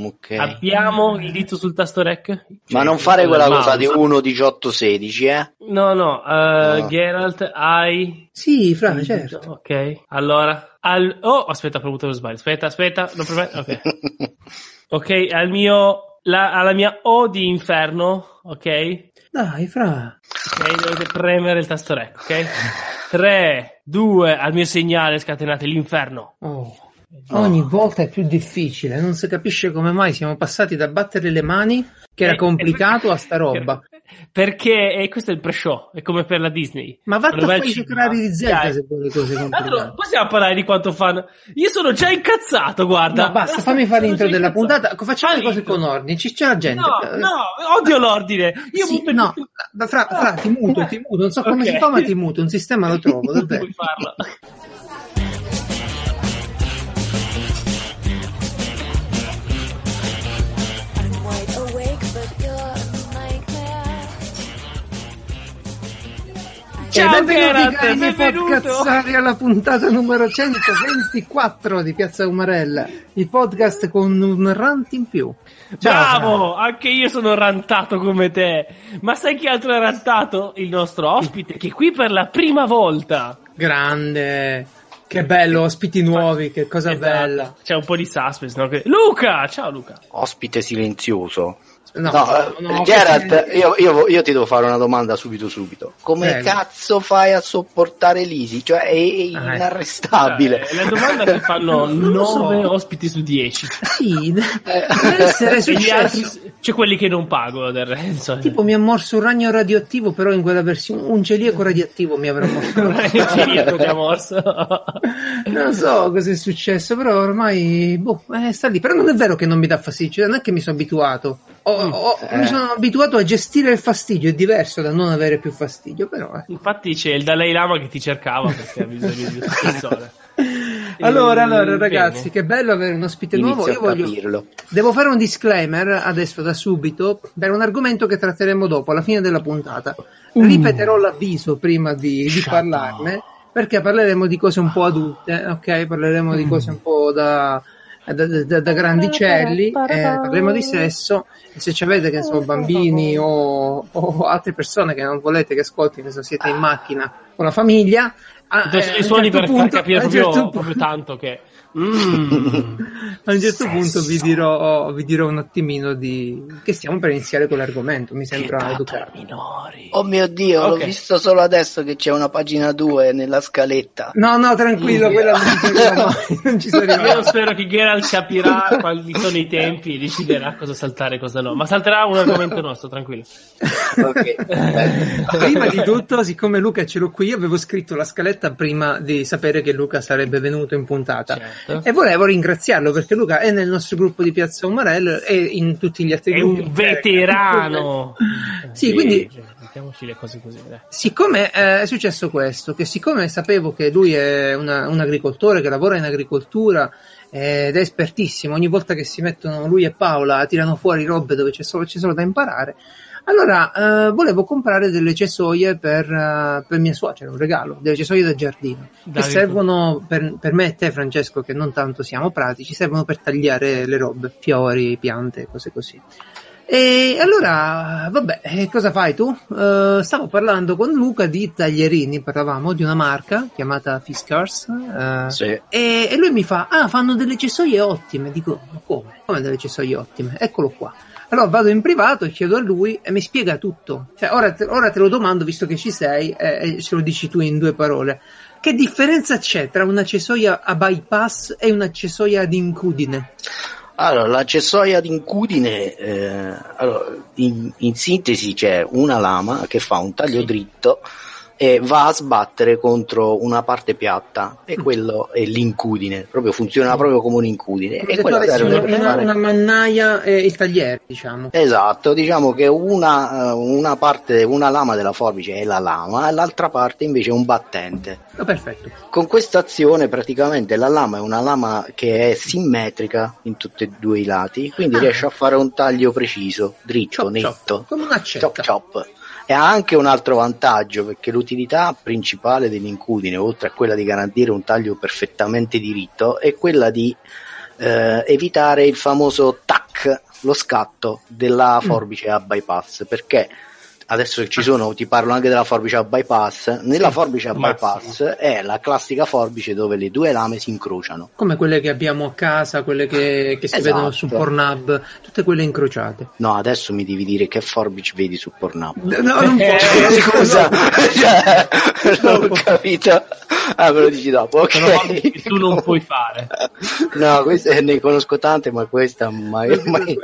Ok. Abbiamo il dito sul tasto rec? Ma non fare quella cosa di 1, 18, 16, No. Geralt, hai... Sì, Fra, certo. Ok, allora... aspetta, ho provato lo sbaglio. Aspetta, non ok. Ok, alla mia O di inferno, ok? Dai, Fra. Ok, dovete premere il tasto rec, ok? 3, 2, al mio segnale scatenate l'inferno. Ogni volta è più difficile, non si capisce come mai siamo passati da battere le mani, che era complicato, a sta roba. Perché questo è il pre-show, è come per la Disney. Ma vattene a fare i secolari di Zelda se vuoi le cose complicate. Allora, possiamo parlare di quanto fanno. Io sono già incazzato, guarda. No, basta, fammi fare l'intro della puntata. Facciamo le cose con ordine, c'è la gente. No, odio l'ordine. Io no, Fra, ti muto, non so come si fa, ma ti muto, un sistema lo trovo, davvero. Puoi farlo. Ciao benvenuto alla puntata numero 124 di Piazza Umarella, il podcast con un rant in più. Ciao, bravo, anche io sono rantato come te. Ma sai chi altro è rantato? Il nostro ospite, che è qui per la prima volta. Grande, che bello, ospiti nuovi, che cosa bella. C'è un po' di suspense, no? Luca, ciao Luca. Ospite silenzioso. No, Geralt, io ti devo fare una domanda subito. Come cazzo fai a sopportare Lisi? Cioè è inarrestabile. La domanda che fanno 9 ospiti su 10. Sì, deve essere successo. C'è quelli che non pago del resto. Tipo mi ha morso un ragno radioattivo, però in quella versione un celiaco radioattivo mi avrà morso. Un celiaco ti ha morso. Non so cosa è successo, però ormai sta lì. Però non è vero che non mi dà fastidio, non è che mi sono abituato. Mi sono abituato a gestire il fastidio, è diverso da non avere più fastidio, però. Infatti c'è il Dalai Lama che ti cercava perché ha bisogno di una persona. Allora ragazzi, che bello avere un ospite nuovo. Io devo fare un disclaimer adesso da subito per un argomento che tratteremo dopo, alla fine della puntata. Ripeterò l'avviso prima di parlarne, perché parleremo di cose un po' adulte, ok? Parleremo di cose un po' da grandicelli, parleremo di sesso, e se ci avete che sono bambini o altre persone che non volete che ascoltino, se siete in macchina con la famiglia, i suoni per far capire proprio tanto che a un certo punto vi dirò un attimino che stiamo per iniziare con l'argomento, mi sembra educato. Minori. Oh mio Dio, l'ho visto solo adesso che c'è una pagina 2 nella scaletta. No, tranquillo, quella non ci sono arrivato. Io spero che Geralt capirà quali sono i tempi e deciderà cosa saltare e cosa no, ma salterà un argomento nostro, tranquillo. Prima di tutto, siccome Luca ce l'ho qui, io avevo scritto la scaletta prima di sapere che Luca sarebbe venuto in puntata. Certo. E volevo ringraziarlo perché Luca è nel nostro gruppo di Piazza Umarell e in tutti gli altri gruppi. È un veterano. Sì, quindi mettiamoci le cose così. Siccome è successo questo, che siccome sapevo che lui è un agricoltore che lavora in agricoltura ed è espertissimo, ogni volta che si mettono lui e Paola tirano fuori robe dove c'è solo da imparare. Allora, volevo comprare delle cesoie per mia suocera, un regalo, delle cesoie da giardino, che servono per me e te, Francesco, che non tanto siamo pratici, servono per tagliare le robe, fiori, piante, cose così. E allora, vabbè, cosa fai tu? Stavo parlando con Luca di taglierini, parlavamo di una marca chiamata Fiskars, sì. E lui mi fa, fanno delle cesoie ottime. Dico, ma come? Come delle cesoie ottime? Eccolo qua. Allora vado in privato e chiedo a lui e mi spiega tutto. Cioè, ora te lo domando, visto che ci sei, e ce lo dici tu in 2 parole. Che differenza c'è tra una cesoia a bypass e una cesoia ad incudine? Allora, la cesoia ad incudine, in sintesi c'è una lama che fa un taglio dritto e va a sbattere contro una parte piatta, e quello è l'incudine, proprio funziona proprio come un'incudine. E quella serve per fare una mannaia e il tagliere, diciamo. Esatto, diciamo che una parte, una lama della forbice è la lama e l'altra parte invece è un battente. Perfetto. Con questa azione praticamente la lama è una lama che è simmetrica in tutti e 2 i lati, quindi riesce a fare un taglio preciso, dritto, netto, come una accetta. Chop. E ha anche un altro vantaggio, perché l'utilità principale dell'incudine, oltre a quella di garantire un taglio perfettamente diritto, è quella di evitare il famoso tac lo scatto della forbice a bypass, perché adesso ci sono, ti parlo anche della forbice a bypass. Nella forbice a bypass è la classica forbice dove le due lame si incrociano, come quelle che abbiamo a casa, quelle che si vedono su Pornhub, tutte quelle incrociate. No, adesso mi devi dire che forbice vedi su Pornhub. No, non posso. Scusa, non ho capito. Me lo dici dopo, ok. Tu non puoi fare. No, ne conosco tante, ma questa mai.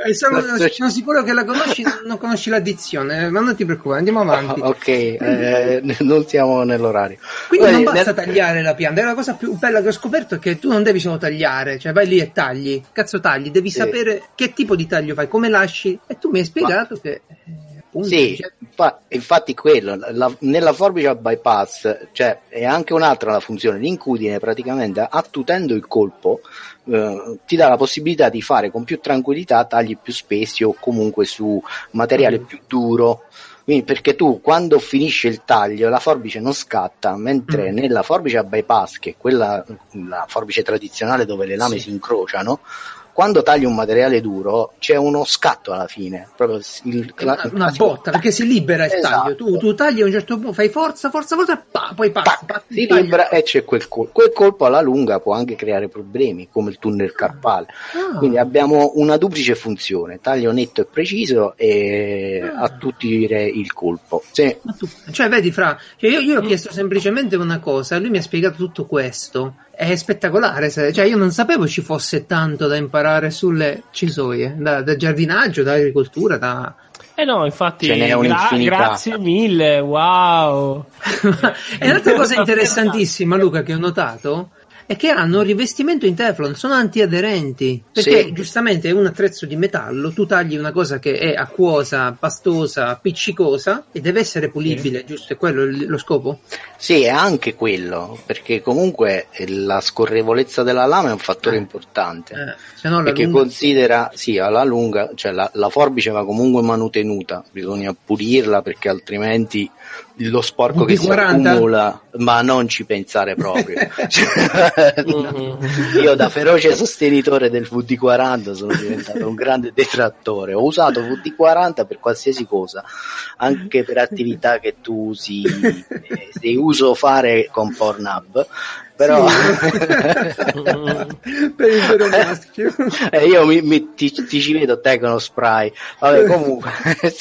Sono sicuro che la conosci, non conosci l'addizione, ma non ti preoccupare, andiamo avanti. Ok, non siamo nell'orario. Quindi non basta tagliare la pianta, è la cosa più bella che ho scoperto è che tu non devi solo tagliare, cioè vai lì e tagli, tagli, devi sapere che tipo di taglio fai, come lasci, e tu mi hai spiegato che... Sì, infatti quello, nella forbice a bypass, cioè è anche un'altra la funzione, l'incudine praticamente attutendo il colpo ti dà la possibilità di fare con più tranquillità tagli più spessi o comunque su materiale più duro. Quindi, perché tu quando finisce il taglio la forbice non scatta, mentre nella forbice a bypass, che è quella, la forbice tradizionale dove le lame si incrociano, quando tagli un materiale duro c'è uno scatto alla fine, proprio una botta, perché si libera il taglio. Tu tagli a un certo punto, fai forza, poi si libera e c'è quel colpo. Quel colpo alla lunga può anche creare problemi, come il tunnel carpale. Quindi abbiamo una duplice funzione: taglio netto e preciso e attutire il colpo. Sì. Cioè, vedi, io ho chiesto semplicemente una cosa, lui mi ha spiegato tutto questo. È spettacolare, cioè io non sapevo ci fosse tanto da imparare sulle cisoie, da giardinaggio, da agricoltura, da... No, infatti, ce n'è un'infinità. Grazie mille, wow! E un'altra cosa interessantissima, Luca, che ho notato è che hanno un rivestimento in Teflon, sono antiaderenti, perché giustamente è un attrezzo di metallo, tu tagli una cosa che è acquosa, pastosa, appiccicosa e deve essere pulibile, giusto? È quello lo scopo? Sì, è anche quello, perché comunque la scorrevolezza della lama è un fattore importante, perché considera, alla lunga, cioè la forbice va comunque manutenuta, bisogna pulirla perché altrimenti lo sporco che si accumula, ma non ci pensare proprio. Io da feroce sostenitore del VD40 sono diventato un grande detrattore, ho usato VD40 per qualsiasi cosa, anche per attività che tu usi, se uso fare con Pornhub, però per il vero maschio io ti ci vedo te con lo spray, vabbè, comunque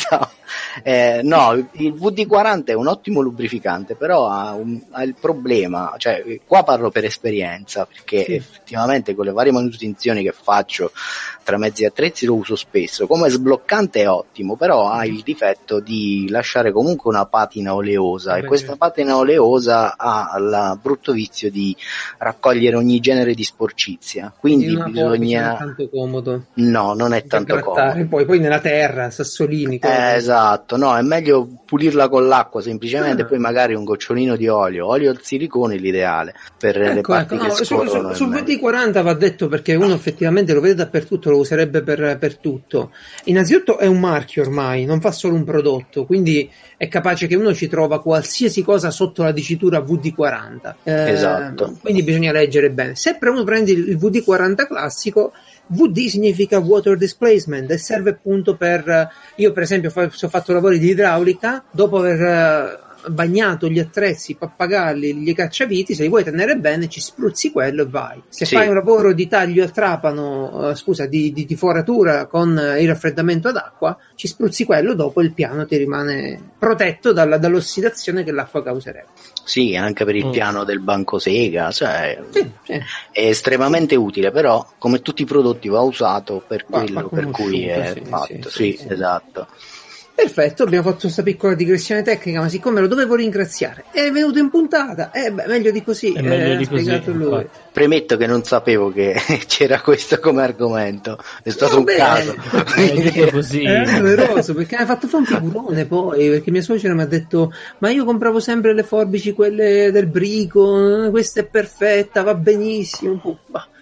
no, il VD40 è un ottimo lubrificante, però ha il problema, cioè qua parlo per esperienza, perché effettivamente con le varie manutenzioni che faccio tra mezzi e attrezzi lo uso spesso, come sbloccante è ottimo, però ha il difetto di lasciare comunque una patina oleosa, e questa patina oleosa ha il brutto vizio di raccogliere ogni genere di sporcizia, quindi bisogna... Non è tanto comodo. No, non è tanto comodo. Poi nella terra, sassolini. Esatto, no, è meglio pulirla con l'acqua semplicemente, poi magari un gocciolino di olio al silicone è l'ideale per le parti che scorrono. Sul VD40 va detto, perché uno effettivamente lo vede dappertutto, lo userebbe per tutto. Innanzitutto è un marchio ormai, non fa solo un prodotto, quindi è capace che uno ci trova qualsiasi cosa sotto la dicitura VD40. Esatto. Quindi bisogna leggere bene. Se uno prende il VD40 classico, VD significa water displacement e serve appunto per, io per esempio ho fatto lavori di idraulica, dopo aver bagnato gli attrezzi, pappagalli, gli cacciaviti, se li vuoi tenere bene ci spruzzi quello e vai. Se fai un lavoro di taglio a trapano, di foratura con il raffreddamento ad acqua, ci spruzzi quello, dopo il piano ti rimane protetto dall'ossidazione che l'acqua causerebbe. Sì, anche per il piano del bancosega, cioè è estremamente utile, però come tutti i prodotti va usato per quello per cui è fatto. Sì, esatto. Perfetto, abbiamo fatto questa piccola digressione tecnica, ma siccome lo dovevo ringraziare è venuto in puntata, meglio di così, spiegato lui. Premetto che non sapevo che c'era questo come argomento, è stato un caso. Così. È doveroso, perché mi ha fatto fare un figurone poi, perché mia suocera mi ha detto ma io compravo sempre le forbici, quelle del Brico, questa è perfetta, va benissimo.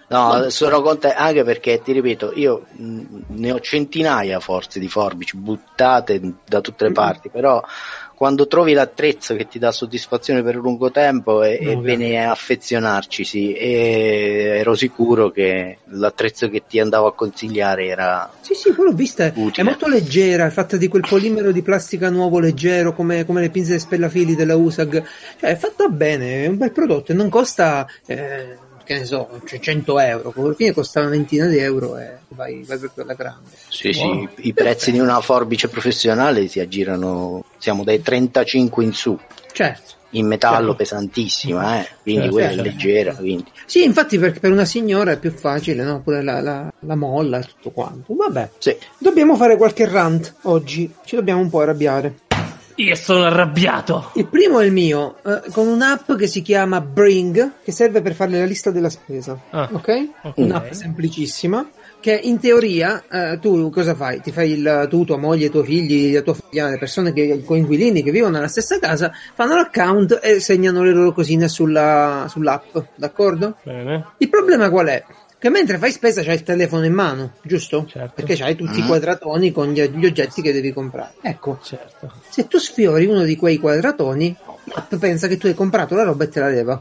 No, sono contento anche perché, ti ripeto, io ne ho centinaia forse di forbici buttate da tutte le parti, però quando trovi l'attrezzo che ti dà soddisfazione per lungo tempo è bene affezionarci, sì, e ero sicuro che l'attrezzo che ti andavo a consigliare era sì, poi l'ho vista, utile. è molto leggera, è fatta di quel polimero di plastica nuovo leggero come le pinze e spellafili della USAG, cioè è fatta bene, è un bel prodotto e non costa che ne so, 100 euro, alla fine costa una ventina di euro e vai proprio alla grande. Sì, wow. Sì, i prezzi di una forbice professionale si aggirano, siamo dai 35 in su. Certo. In metallo pesantissima, quindi quella è leggera. Quindi. Sì, infatti perché per una signora è più facile, no? Pure la molla e tutto quanto. Vabbè, sì. Dobbiamo fare qualche rant oggi, ci dobbiamo un po' arrabbiare. Io sono arrabbiato. Il primo è il mio, con un'app che si chiama Bring, che serve per fare la lista della spesa. Ok? Un'app semplicissima, che in teoria tu cosa fai? Ti fai tu, tua moglie, i tuoi figli, la tua figlia, le persone che coinquilini che vivono nella stessa casa, fanno l'account e segnano le loro cosine sull'app, d'accordo? Bene. Il problema qual è? Che mentre fai spesa c'hai il telefono in mano, giusto? Certo. Perché c'hai tutti i quadratoni con gli oggetti che devi comprare. Ecco, certo. Se tu sfiori uno di quei quadratoni, l'app pensa che tu hai comprato la roba e te la leva.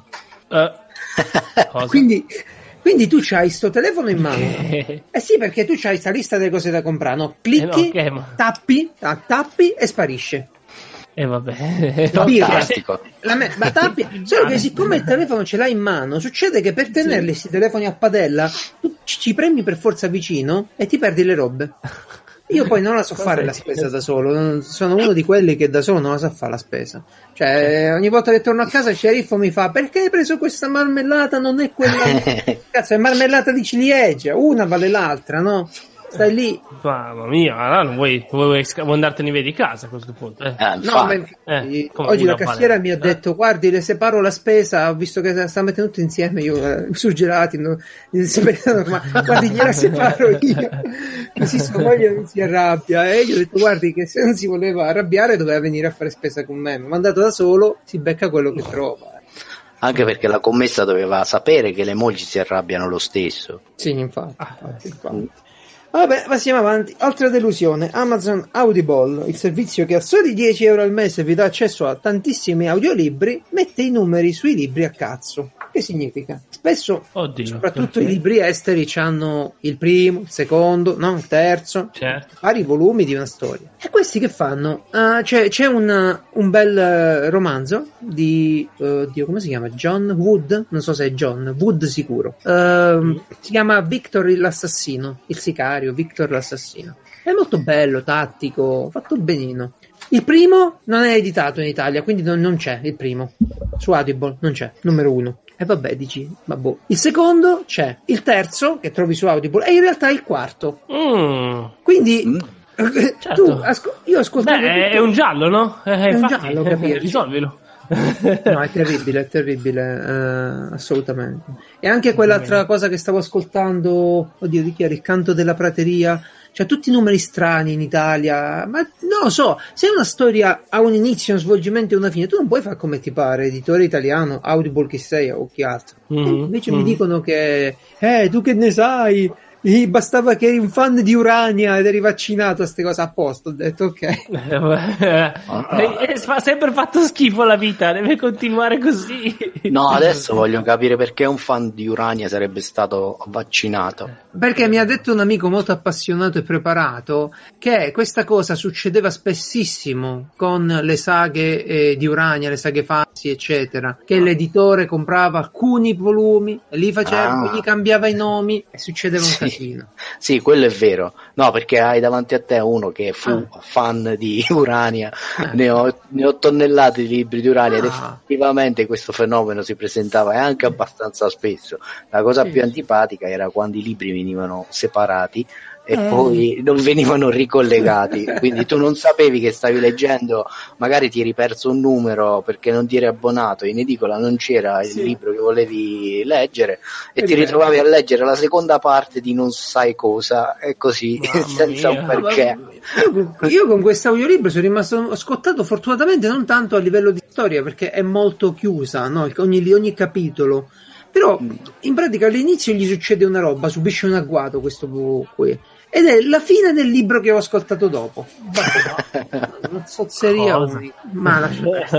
Quindi tu c'hai sto telefono in mano. Sì, perché tu c'hai sta lista delle cose da comprare, no? Clicchi, tappi e sparisce. Vabbè, fantastico. Ma tappi, solo che siccome il telefono ce l'hai in mano, succede che per tenerli questi telefoni a padella tu ci premi per forza vicino e ti perdi le robe. Io poi non la so fare la spesa da solo, sono uno di quelli che da solo non la sa fare la spesa. Cioè, ogni volta che torno a casa il sceriffo mi fa: perché hai preso questa marmellata? Non è quella. Cazzo, è marmellata di ciliegia, una vale l'altra, no? Stai lì. Mamma mia, allora non vuoi andartene via di casa a questo punto? Oggi la cassiera mi ha detto: guardi, le separo la spesa, ho visto che sta mettendo tutto insieme, io surgelati, guardi, gliela separo io. Così sua moglie non si arrabbia. E io ho detto: guardi, che se non si voleva arrabbiare doveva venire a fare spesa con me, mi ha mandato da solo, si becca quello che trova. Anche perché la commessa doveva sapere che le mogli si arrabbiano lo stesso. Sì, infatti. Vabbè, passiamo avanti. Altra delusione, Amazon Audible, il servizio che a soli 10 euro al mese vi dà accesso a tantissimi audiolibri, mette i numeri sui libri a cazzo. Che significa? Spesso, soprattutto i libri esteri, hanno il primo, il secondo, no? Il terzo, vari volumi di una storia. E questi che fanno? C'è un bel romanzo di come si chiama? John Wood? Non so se è John Wood sicuro. Si chiama Victor l'assassino, il sicario, Victor l'assassino. È molto bello, tattico, fatto benino. Il primo non è editato in Italia, quindi non c'è il primo. Su Audible non c'è, numero 1. E vabbè, dici, vabbè. Il secondo c'è. Il terzo, che trovi su Audible, è in realtà il quarto. Quindi certo. Io ascolto. È un giallo, no? È un giallo, capire. Risolvilo. No, è terribile, assolutamente. E anche quell'altra cosa che stavo ascoltando, oddio, di chi era? Il canto della prateria. Cioè, tutti i numeri strani in Italia, ma non lo so, se una storia ha un inizio, un svolgimento e una fine, tu non puoi fare come ti pare, editore italiano, Audible chi sei o chi altro. Invece mi dicono che, tu che ne sai? Bastava che eri un fan di Urania ed eri vaccinato a ste cose, a posto. Ho detto ok. Ha sempre fatto schifo la vita, deve continuare così. No, adesso voglio capire perché un fan di Urania sarebbe stato vaccinato. Perché mi ha detto un amico molto appassionato e preparato che questa cosa succedeva spessissimo con le saghe di Urania, le saghe Fantasy eccetera, che l'editore comprava alcuni volumi e li faceva, gli cambiava i nomi e succedeva un casino. Sì, quello è vero. No, perché hai davanti a te uno che fu fan di Urania, ne ho tonnellate di libri di Urania ed effettivamente questo fenomeno si presentava e anche abbastanza spesso. La cosa più antipatica era quando i libri venivano separati e poi non venivano ricollegati, quindi tu non sapevi che stavi leggendo, magari ti eri perso un numero perché non ti eri abbonato, in edicola non c'era il libro che volevi leggere e ti ritrovavi a leggere la seconda parte di non sai cosa e così senza un perché. Io con questo audiolibro sono rimasto scottato, fortunatamente non tanto a livello di storia perché è molto chiusa, no? ogni capitolo. Però in pratica all'inizio gli succede una roba, subisce un agguato questo qui, ed è la fine del libro che ho ascoltato dopo. Una zozzeria unica. Ma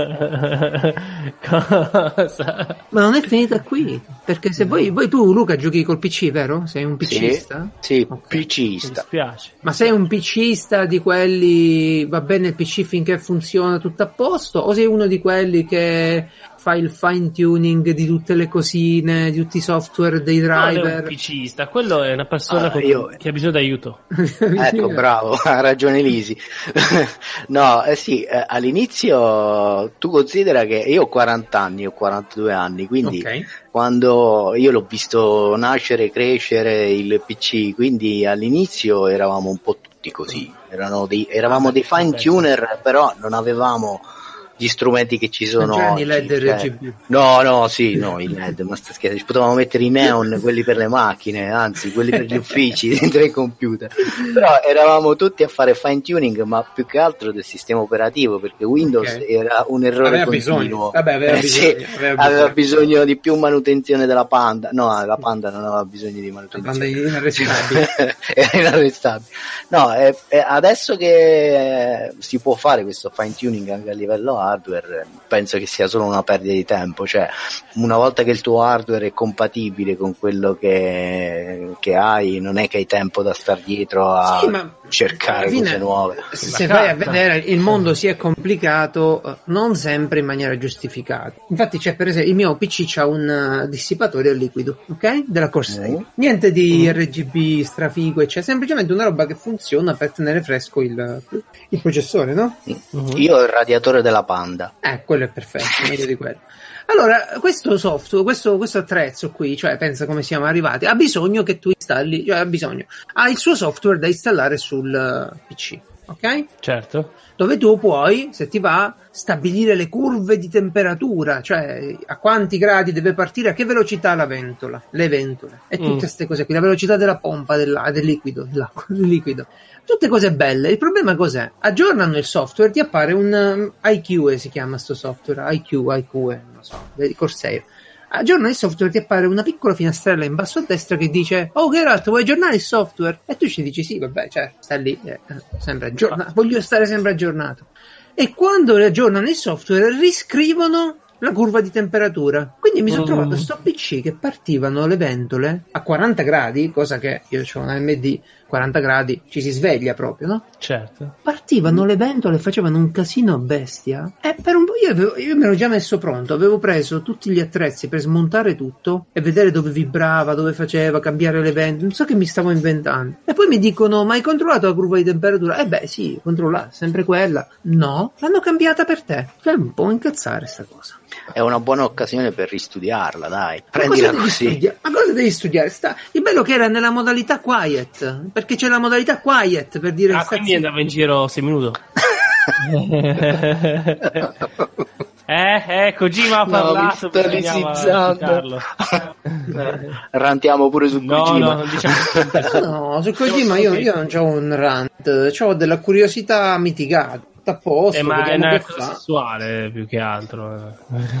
Cosa? Ma non è finita qui, perché se poi tu Luca giochi col PC, vero? Sei un PCista? Sì, Okay. Mi PCista. dispiace. Ma sei un PCista di quelli va bene il PC finché funziona tutto a posto, o sei uno di quelli che fa il fine tuning di tutte le cosine, di tutti i software, dei Non è un driver? PCista, quello è una persona che ha bisogno d'aiuto. Ecco, bravo, ha ragione Lisi. No, sì, all'inizio tu considera che io ho 40 anni, ho 42 anni, quindi Ok. quando io l'ho visto nascere e crescere il PC, quindi all'inizio eravamo un po' tutti così, eravamo dei fine tuner, però non avevamo gli strumenti che ci sono Gianni oggi, LED e RGB. No, i LED, ma sta scherzando, ci potevamo mettere i neon, quelli per le macchine, anzi, quelli per gli uffici, dentro i computer. Però eravamo tutti a fare fine tuning, ma più che altro del sistema operativo, perché Windows era un errore continuo. Aveva bisogno di più manutenzione della Panda. No, la Panda non aveva bisogno di manutenzione. La Panda inarrestabile. Era inarrestabile. No, adesso che si può fare questo fine tuning anche a livello hardware, penso che sia solo una perdita di tempo. Cioè, una volta che il tuo hardware è compatibile con quello che hai, non è che hai tempo da star dietro a cercare cose nuove. Se vai a vedere, il mondo si è complicato non sempre in maniera giustificata. Infatti c'è, per esempio, il mio PC c'ha un dissipatore a liquido, ok? Della Corsair. Niente di RGB strafigo, eccetera, semplicemente una roba che funziona per tenere fresco il processore, no? Io ho il radiatore della Panda. Quello è perfetto, meglio di quello. Allora, questo software, questo attrezzo qui, cioè pensa come siamo arrivati, ha bisogno che tu installi, cioè ha il suo software da installare sul PC, ok? Certo. Dove tu puoi, se ti va, stabilire le curve di temperatura, cioè a quanti gradi deve partire, a che velocità le ventole, e tutte queste cose qui, la velocità della pompa del liquido, tutte cose belle. Il problema cos'è? Aggiornano il software, ti appare un IQ, si chiama sto software, IQ, non so, di Corsair. Aggiorna il software, ti appare una piccola finestrella in basso a destra che dice: oh Geralt, vuoi aggiornare il software? E tu ci dici sì, vabbè, cioè sta lì, sempre aggiornato, voglio stare sempre aggiornato. E quando aggiornano il software riscrivono la curva di temperatura. Quindi mi sono trovato sto PC che partivano le ventole a 40 gradi, cosa che io ho un AMD 40 gradi, ci si sveglia proprio, no? Certo. Partivano le ventole, facevano un casino a bestia, e per un po' io me l'ho già messo pronto, avevo preso tutti gli attrezzi per smontare tutto e vedere dove vibrava, dove faceva, cambiare le ventole, non so che mi stavo inventando. E poi mi dicono: ma hai controllato la curva di temperatura? Sì, controllata, sempre quella. No, l'hanno cambiata per te. Cioè, un po' incazzare sta cosa. È una buona occasione per ristudiarla, dai. Prendila così. Ma cosa devi studiare? Il bello che era nella modalità quiet, perché c'è la modalità quiet per dire... quindi andava in giro 6 minuti. Kojima ha parlato. No, mi sto risizzando. Rantiamo pure su Kojima. No, diciamo... no, su Kojima io non c'ho un rant, c'ho della curiosità mitigata. A posto, ma è una cosa sessuale più che altro.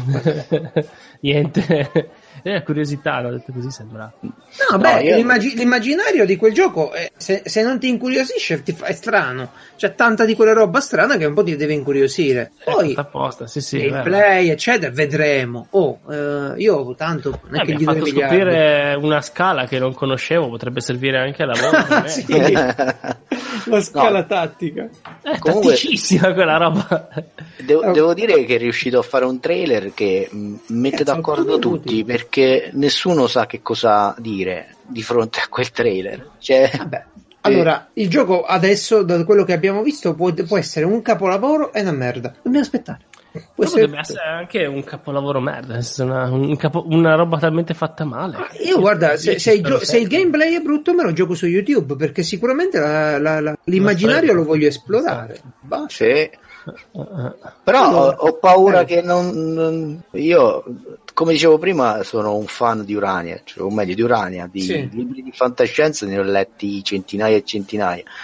Niente. È curiosità, l'ho detto così, sembra. No, l'immaginario di quel gioco se non ti incuriosisce è strano. C'è tanta di quella roba strana che un po' ti deve incuriosire. Poi apposta, sì, il play eccetera vedremo. Io tanto non è che mi gli ha fatto scoprire una scala che non conoscevo, potrebbe servire anche a lavoro. Sì. La scala tattica è tatticissima quella roba. Devo dire che è riuscito a fare un trailer che mette d'accordo tutti, perché nessuno sa che cosa dire di fronte a quel trailer. Cioè, allora, il gioco adesso, da quello che abbiamo visto, può essere un capolavoro e una merda. Dobbiamo aspettare. Potrebbe essere anche un capolavoro merda, una roba talmente fatta male. Io guarda, se il gameplay è brutto me lo gioco su YouTube, perché sicuramente l'immaginario lo voglio esplorare. Sì. Però ho paura che io, come dicevo prima, sono un fan di Urania, cioè, o meglio di Urania, di libri di fantascienza ne ho letti centinaia e centinaia.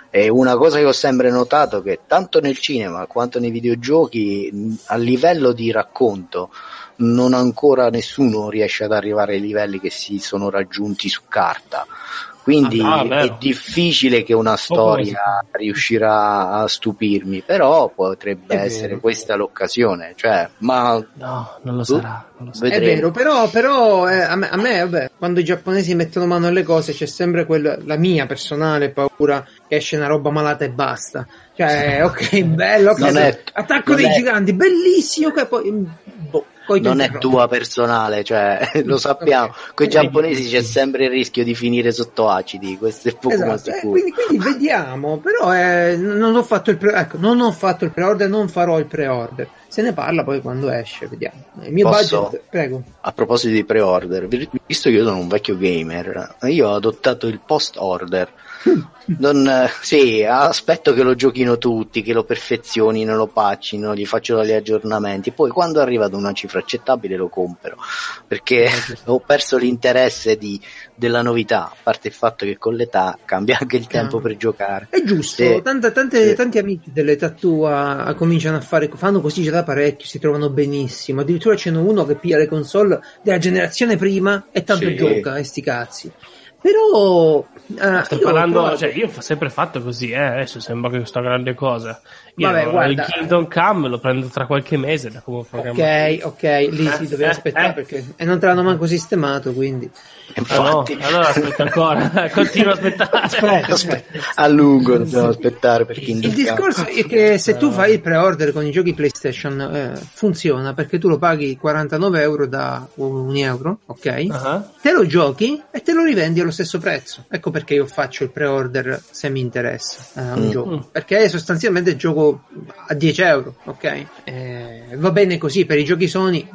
E una cosa che ho sempre notato che tanto nel cinema quanto nei videogiochi, a livello di racconto, non ancora nessuno riesce ad arrivare ai livelli che si sono raggiunti su carta. Quindi è difficile che una storia riuscirà a stupirmi, però potrebbe essere questa l'occasione, cioè, ma no, non lo sarà. È vero, però a me vabbè, quando i giapponesi mettono mano alle cose c'è sempre la mia personale paura che esce una roba malata e basta. Cioè, ok, bello, attacco dei giganti, bellissimo, che poi non è tua personale, cioè lo sappiamo, con i giapponesi c'è sempre il rischio di finire sotto acidi, questo è poco ma sicuro. Quindi vediamo, però non ho fatto il pre-order, non farò il pre-order. Se ne parla poi quando esce, vediamo. Il mio budget, prego. A proposito di pre-order, visto che io sono un vecchio gamer, io ho adottato il post-order. Sì, aspetto che lo giochino tutti, che lo perfezionino, lo patchino, gli faccio gli aggiornamenti, poi quando arriva ad una cifra accettabile lo compro, perché ho perso l'interesse della novità, a parte il fatto che con l'età cambia anche il tempo per giocare. È giusto, tanti amici dell'età tua cominciano fanno così già da parecchio, si trovano benissimo, addirittura c'è uno che piglia le console della generazione prima e tanto gioca, e sti cazzi. Però sto parlando, cioè io ho sempre fatto così, adesso sembra che questa grande cosa. Io il Kingdom Come lo prendo tra qualche mese da come ok, lì si doveva aspettare perché non te l'hanno manco sistemato, quindi infatti. No, allora aspetta ancora, continuo a aspettare. Aspetta. A lungo dobbiamo aspettare per Kingdom Come. Il discorso è che se tu fai il pre-order con i giochi PlayStation funziona perché tu lo paghi 49 euro da €1, ok? Te lo giochi e te lo rivendi allo stesso prezzo. Ecco perché io faccio il pre-order se mi interessa un gioco, perché sostanzialmente gioco a 10 euro, ok? Va bene così per i giochi Sony,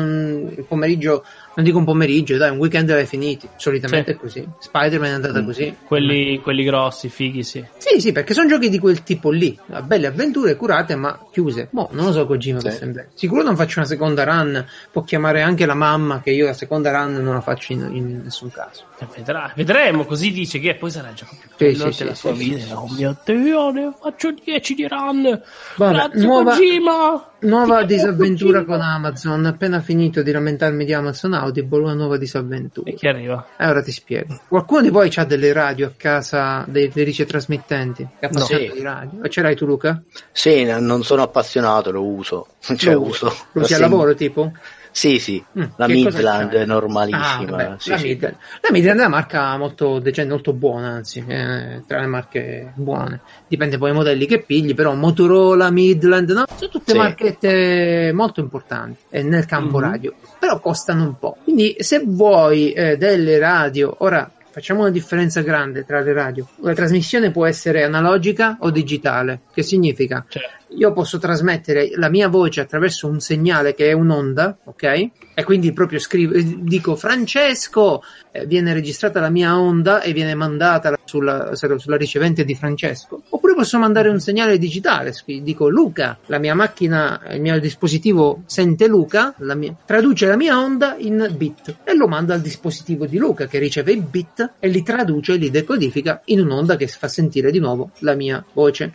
il pomeriggio, non dico un pomeriggio, dai, un weekend l'hai finiti, solitamente è così. Spider-Man è andata così. Quelli grossi, fighi, sì, perché sono giochi di quel tipo lì, belle avventure curate ma chiuse. Non lo so Kojima per sempre. Sicuro non faccio una seconda run, può chiamare anche la mamma che io la seconda run non la faccio in nessun caso. Vedremo, così dice che poi sarà già più bello della sua vita. Oh mio Dio, ne faccio 10 di run. Grazie Kojima. Nuova disavventura con Amazon. Appena finito di lamentarmi di Amazon Audible, una nuova disavventura. E chi arriva? Ora ti spiego. Qualcuno di voi ha delle radio a casa, dei ricetrasmittenti? È appassionato di radio? Ce l'hai tu, Luca? Sì, non sono appassionato, lo uso. Uso. Lo usi al lavoro, tipo? Sì, la Midland è normalissima. La Midland è una marca molto decente, molto buona, anzi, tra le marche buone. Dipende poi dai modelli che pigli, però Motorola, Midland, no? Sono tutte marchette molto importanti nel campo radio, però costano un po'. Quindi se vuoi delle radio, ora facciamo una differenza grande tra le radio. La trasmissione può essere analogica o digitale. Che significa? Io posso trasmettere la mia voce attraverso un segnale che è un'onda, ok? E quindi proprio dico Francesco, viene registrata la mia onda e viene mandata sulla ricevente di Francesco. Oppure posso mandare un segnale digitale, dico Luca, la mia macchina, il mio dispositivo sente Luca, traduce la mia onda in bit e lo manda al dispositivo di Luca che riceve i bit e li traduce e li decodifica in un'onda che fa sentire di nuovo la mia voce.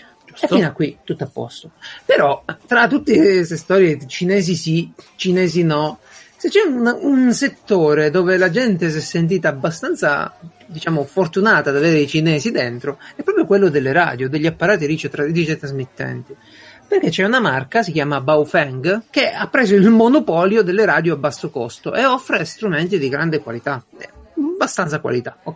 E fino a qui tutto a posto. Però tra tutte queste storie cinesi sì, cinesi no, se c'è un settore dove la gente si è sentita abbastanza, diciamo, fortunata ad avere i cinesi dentro, è proprio quello delle radio, degli apparati ricetrasmittenti. Perché c'è una marca, si chiama Baofeng, che ha preso il monopolio delle radio a basso costo e offre strumenti di grande qualità, abbastanza qualità, ok?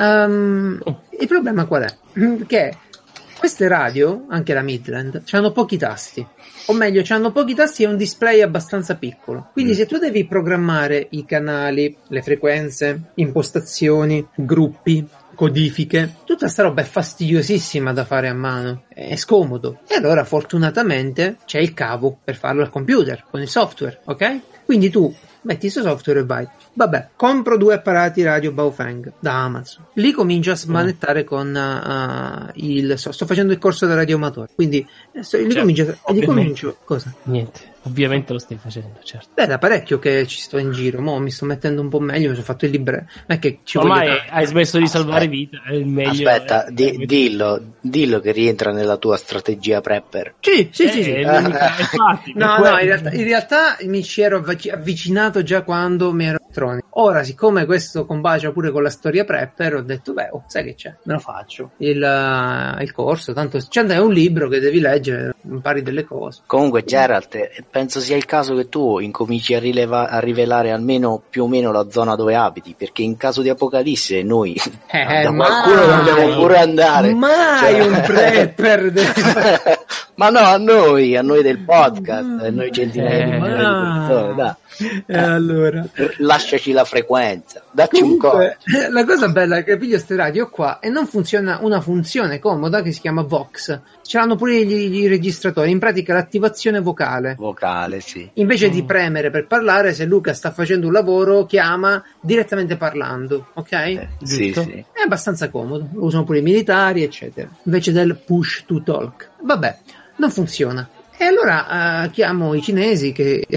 Il problema qual è? Che queste radio, anche la Midland, hanno pochi tasti, o meglio, hanno pochi tasti e un display abbastanza piccolo. Quindi se tu devi programmare i canali, le frequenze, impostazioni, gruppi, codifiche, tutta sta roba è fastidiosissima da fare a mano, è scomodo. E allora fortunatamente c'è il cavo per farlo al computer, con il software, ok? Quindi tu metti questo software e vai. Vabbè, compro 2 apparati radio Baofeng da Amazon. Lì comincio a smanettare con sto facendo il corso da radioamatore, quindi lì comincio cosa? Niente. Ovviamente lo stai facendo, certo. Beh, da parecchio che ci sto in giro, mo mi sto mettendo un po' meglio, mi sono fatto il libro. Non è che ci ormai hai smesso di salvare vite, è il meglio. Aspetta, dillo che rientra nella tua strategia prepper. Sì. Infatti, no, in realtà mi ci ero avvicinato già quando mi ero elettronico. Ora, siccome questo combacia pure con la storia prepper, ho detto, sai che c'è, me lo faccio. Il corso, tanto c'è un libro che devi leggere, impari delle cose. Comunque, Geralt, penso sia il caso che tu incominci a rivelare almeno più o meno la zona dove abiti, perché in caso di apocalisse noi da qualcuno dobbiamo pure andare. Mai un prepper ma no, a noi del podcast, a noi centinaia di persone, dai. Allora lasciaci la frequenza, dacci comunque, un codice. La cosa bella è che piglio ste radio qua e non funziona una funzione comoda che si chiama Vox. Ce l'hanno pure i registratori, in pratica l'attivazione vocale, sì. Invece di premere per parlare, se Luca sta facendo un lavoro chiama direttamente parlando, ok? Sì. È abbastanza comodo, lo usano pure i militari eccetera, invece del push to talk. Vabbè, non funziona. E allora chiamo i cinesi che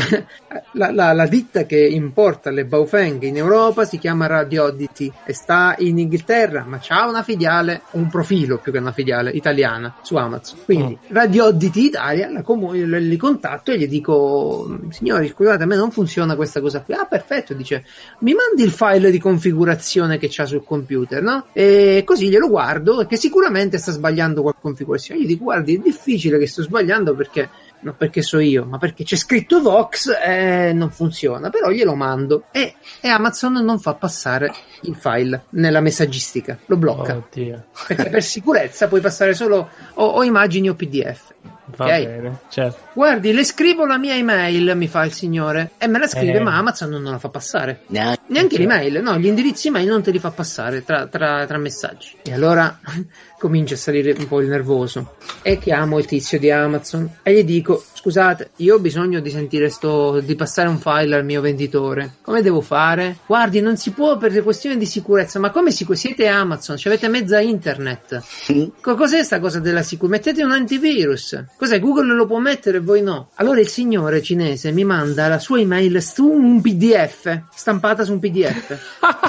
la ditta che importa le Baofeng in Europa si chiama Radio Oddity e sta in Inghilterra, ma c'ha una filiale, un profilo più che una filiale italiana su Amazon. Quindi Radio Oddity Italia li contatto e gli dico: signori, scusate, a me non funziona questa cosa qui. Ah, perfetto, dice, mi mandi il file di configurazione che c'ha sul computer, no? E così glielo guardo, che sicuramente sta sbagliando qualche configurazione. Gli dico: guardi, è difficile che sto sbagliando perché non perché so io, ma perché c'è scritto Vox e non funziona, però glielo mando e Amazon non fa passare il file nella messaggistica, lo blocca. Oddio. Perché per sicurezza puoi passare solo o immagini o PDF. Va Okay? bene, certo. Guardi, le scrivo la mia email, mi fa il signore, e me la scrive, ma Amazon non la fa passare. Neanche l'email, no, gli indirizzi email non te li fa passare tra messaggi. E allora comincia a salire un po' il nervoso e chiamo il tizio di Amazon e gli dico: scusate, io ho bisogno di sentire di passare un file al mio venditore, come devo fare? Guardi, non si può per questione di sicurezza. Ma come siete Amazon, ci avete mezza internet, cos'è sta cosa della sicurezza? Mettete un antivirus. Cos'è? Google lo può mettere e voi no. Allora il signore cinese mi manda la sua email su un PDF, stampata su un PDF.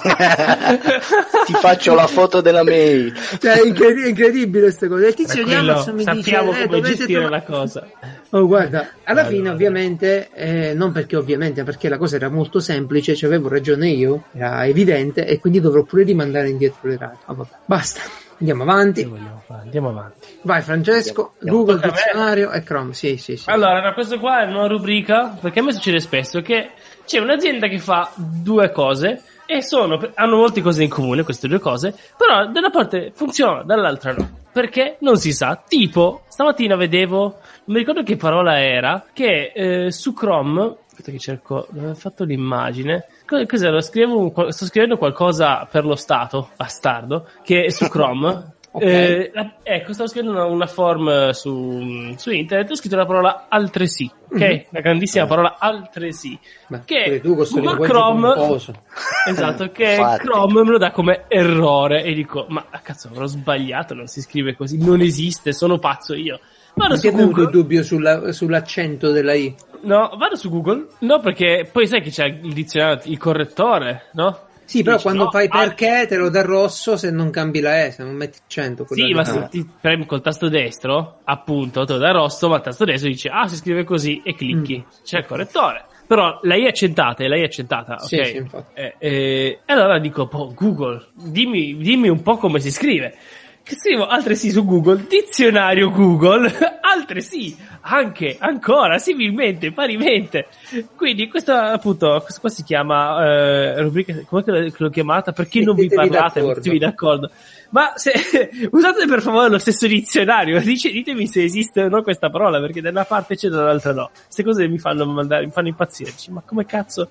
Ti faccio la foto della mail. Cioè, è incredibile queste cose. Il tizio di Amazon mi dice: sappiamo come gestire la cosa. Oh, guarda, alla fine ovviamente, non perché ovviamente, perché la cosa era molto semplice, ci avevo ragione io, era evidente, e quindi dovrò pure rimandare indietro le radio. Oh, vabbè, basta. Andiamo avanti. Vai Francesco, Google, Dizionario e Chrome. Sì. Allora, questo qua è una rubrica, perché a me succede spesso che c'è un'azienda che fa due cose e hanno molte cose in comune, queste due cose, però da una parte funziona, dall'altra no. Perché? Non si sa. Tipo, stamattina vedevo, non mi ricordo che parola era, che su Chrome, aspetta che cerco, dove ho fatto l'immagine, cos'era? Sto scrivendo qualcosa per lo Stato, bastardo, che su Chrome... Okay. Ecco, stavo scrivendo una form su internet, ho scritto la parola altresì, ok? La grandissima parola altresì. Che Google Chrome, esatto, che Chrome me lo dà come errore e dico: ma cazzo, avrò sbagliato, non si scrive così, non esiste, sono pazzo io. Vado su Google. Perché il dubbio sull'accento della I? No, vado su Google, no, perché poi sai che c'è il dizionario, il correttore, no? Sì, però quando fai perché te lo dà rosso se non cambi la E, se non metti 100. Sì, ma se ti premi col tasto destro, appunto, te lo dà rosso, ma il tasto destro dice: si scrive così, e clicchi. C'è il correttore. Però la I è accentata, ok? Sì, infatti. Allora dico: Google, dimmi un po' come si scrive. Scrivo altresì su Google, dizionario Google, altresì, anche, ancora, similmente, parimente. Quindi questa qua si chiama rubrica, come l'ho chiamata? Perché non vi parlate, mettetevi d'accordo. Ma usate per favore lo stesso dizionario, ditemi se esiste o no questa parola, perché da una parte c'è e dall'altra no. Queste cose mi fanno impazzire. Ma come cazzo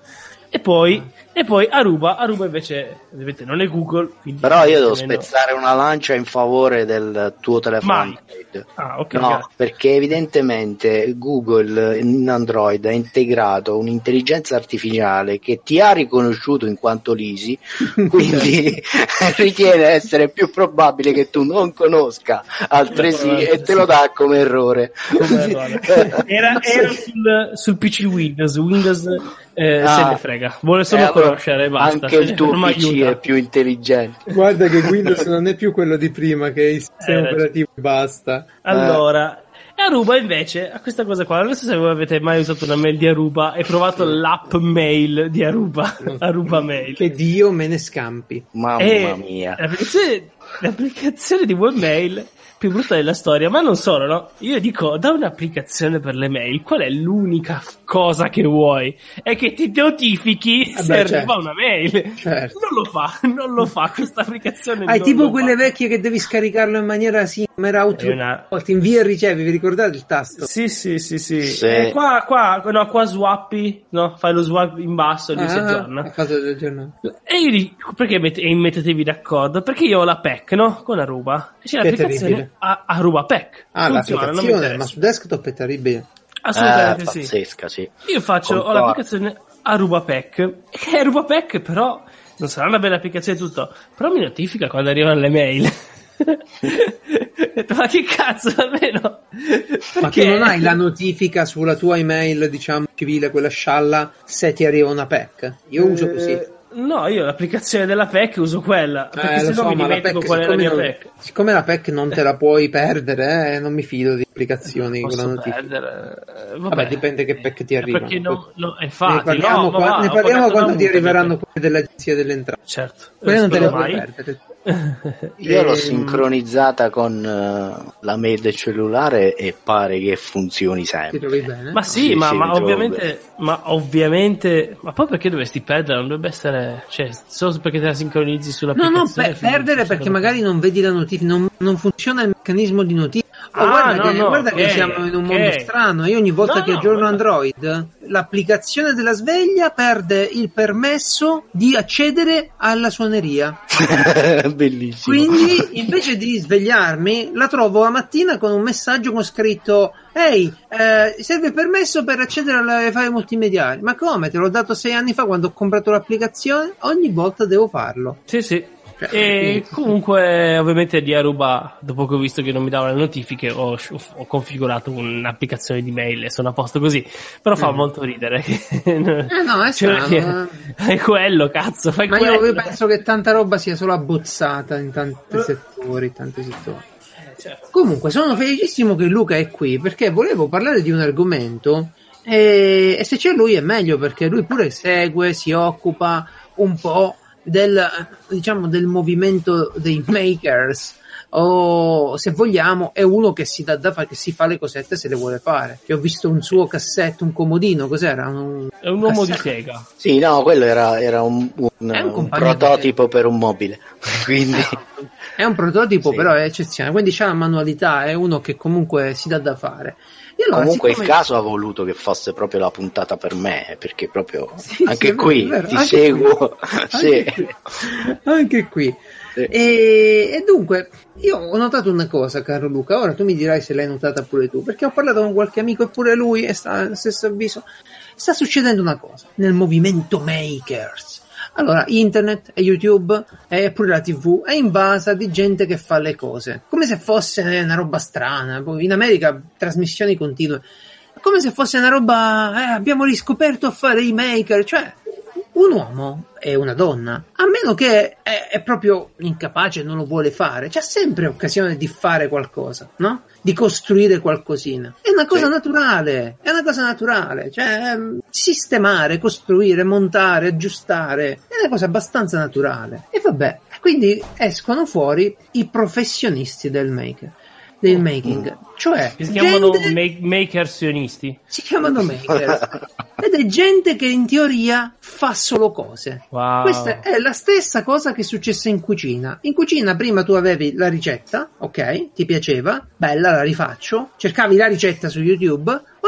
E poi Aruba invece ovviamente non è Google, però io devo spezzare una lancia in favore del tuo telefono Android. Okay, perché evidentemente Google in Android ha integrato un'intelligenza artificiale che ti ha riconosciuto in quanto Lisi, quindi ritiene essere più probabile che tu non conosca altresì e te lo dà come errore. Era sul PC Windows se ne frega, vuole solo conoscere, basta. Anche il tuo PC è più intelligente. Guarda che Windows non è più quello di prima, che è il sistema operativo e basta. Allora, Aruba invece ha questa cosa qua. Non so se voi avete mai usato una mail di Aruba e provato l'app mail di Aruba. Aruba Mail. Che Dio me ne scampi. Mamma mia. L'applicazione di webmail più brutta della storia, ma non solo, no? Io dico, da un'applicazione per le mail, qual è l'unica cosa che vuoi? È che ti notifichi se arriva una mail. Certo. Non lo fa questa applicazione. Hai tipo quelle vecchie che devi scaricarlo in maniera era invia e ricevi, vi ricordate il tasto? Sì. Qua swappi, no? Fai lo swap in basso e lui si aggiorna. E io dico, perché mettetevi d'accordo? Perché io ho la PEC, no? Con Aruba. E c'è l'applicazione Aruba PEC. L'applicazione, ma su desktop è terribile. Assolutamente pazzesca, sì. Io ho l'applicazione Aruba PEC, che è Aruba PEC, però non sarà una bella applicazione e tutto, però mi notifica quando arrivano le mail. Ma che cazzo, almeno ma tu non hai la notifica sulla tua email, diciamo civile, quella scialla, se ti arriva una PEC? Io uso così. No, io l'applicazione della PEC uso quella, perché se no mi dimentico qual è la mia PEC. Siccome la PEC non te la puoi perdere, non mi fido di applicazioni con la notifica. Vabbè, dipende che PEC ti arriva. Perché infatti, ne parliamo quando ti arriveranno quelle dell'Agenzia delle Entrate. Certo. Quelle non te le puoi perdere. Io l'ho sincronizzata con la mail del cellulare e pare che funzioni sempre. Ti trovi bene? Ma sì, ma ovviamente, ma poi perché dovresti perdere? Non dovrebbe essere, cioè, solo perché te la sincronizzi sull'applicazione. No, perdere perché magari non vedi la notifica, non funziona il meccanismo di notifica. Guarda che siamo in un mondo strano. Io ogni volta che aggiorno Android, l'applicazione della sveglia perde il permesso di accedere alla suoneria. Bellissimo. Quindi invece di svegliarmi, la trovo la mattina con un messaggio con scritto: ehi, serve permesso per accedere alle file multimediali. Ma come? Te l'ho dato 6 anni fa quando ho comprato l'applicazione? Ogni volta devo farlo. Sì. E comunque ovviamente di Aruba, dopo che ho visto che non mi dava le notifiche, ho configurato un'applicazione di mail e sono a posto così. Però fa molto ridere. No, è strano. È quello, cazzo, fai quello. Ma io penso che tanta roba sia solo abbozzata in tanti settori. Certo. Comunque sono felicissimo che Luca è qui, perché volevo parlare di un argomento e se c'è lui è meglio, perché lui pure segue, si occupa un po' del movimento dei makers, o se vogliamo è uno che si dà da fare, che si fa le cosette se le vuole fare. Che ho visto un suo cassetto, un comodino, cos'era? È un uomo di Sega. Sì, no, quello era un prototipo per un mobile. Quindi è un prototipo, però è eccezionale, quindi c'ha la manualità, è uno che comunque si dà da fare. Allora, comunque il caso ha voluto che fosse proprio la puntata per me, perché proprio anche qui ti seguo. Anche qui. Sì. E dunque io ho notato una cosa, caro Luca, ora tu mi dirai se l'hai notata pure tu, perché ho parlato con qualche amico e pure lui e sta allo stesso avviso. Sta succedendo una cosa nel movimento makers. Allora, internet e YouTube e pure la TV è invasa di gente che fa le cose come se fosse una roba strana. Poi in America trasmissioni continue, come se fosse una roba abbiamo riscoperto a fare i maker, cioè un uomo e una donna, a meno che è proprio incapace e non lo vuole fare, c'ha sempre occasione di fare qualcosa, no? Di costruire qualcosina. È una cosa naturale, cioè sistemare, costruire, montare, aggiustare, è una cosa abbastanza naturale. E vabbè, quindi escono fuori i professionisti del making, cioè si chiamano makersionisti. Si chiamano maker. Ed è gente che in teoria fa solo cose. Wow. Questa è la stessa cosa che è successa in cucina. In cucina prima tu avevi la ricetta, ok, ti piaceva, bella, la rifaccio, cercavi la ricetta su YouTube.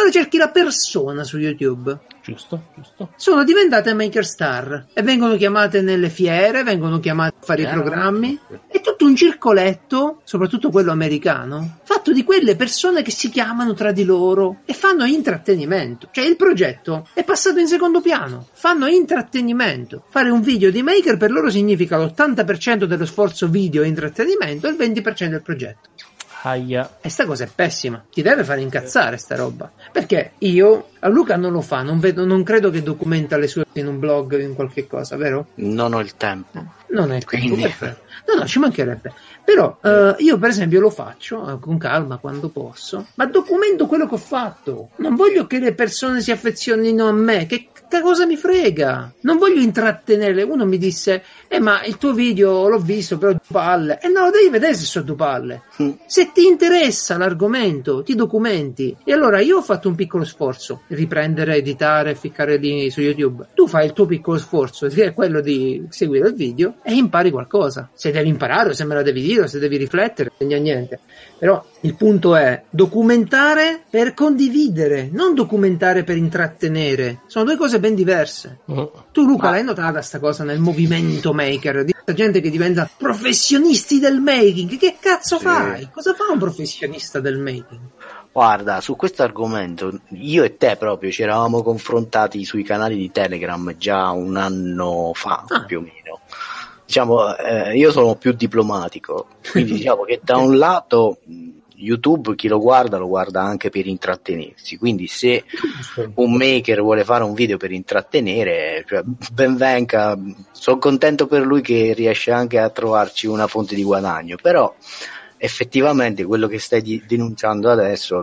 Ora cerchi la persona su YouTube. Giusto. Sono diventate maker star e vengono chiamate nelle fiere, vengono chiamate a fare i programmi. È tutto un circoletto, soprattutto quello americano, fatto di quelle persone che si chiamano tra di loro e fanno intrattenimento. Cioè il progetto è passato in secondo piano, fanno intrattenimento. Fare un video di maker per loro significa l'80% dello sforzo video e intrattenimento e il 20% del progetto. Aia. E sta cosa è pessima, ti deve fare incazzare sta roba, perché io, a Luca non lo fa, non credo che documenta le sue in un blog, in qualche cosa, vero? Non ho il tempo. Non è il tempo, Quindi... no, ci mancherebbe. Però io per esempio lo faccio con calma quando posso, ma documento quello che ho fatto. Non voglio che le persone si affezionino a me, che cosa mi frega? Non voglio intrattenere. Uno mi disse, ma il tuo video l'ho visto, però due palle. E no, lo devi vedere se sono due palle. Se ti interessa l'argomento, ti documenti. E allora io ho fatto un piccolo sforzo, riprendere, editare, ficcare lì su YouTube. Tu fai il tuo piccolo sforzo, che è quello di seguire il video e impari qualcosa. Se devi imparare o se me la devi dire o se devi riflettere, niente. Però il punto è documentare per condividere, non documentare per intrattenere. Sono due cose ben diverse. Tu, Luca, l'hai notata sta cosa nel movimento maker? Di gente che diventa professionisti del making. Che cazzo fai? Cosa fa un professionista del making? Guarda, su questo argomento io e te proprio ci eravamo confrontati sui canali di Telegram già un anno fa, più o meno. Diciamo, io sono più diplomatico, quindi diciamo che da un lato YouTube chi lo guarda anche per intrattenersi, quindi se un maker vuole fare un video per intrattenere, cioè, ben venga, sono contento per lui che riesce anche a trovarci una fonte di guadagno, però effettivamente quello che stai denunciando adesso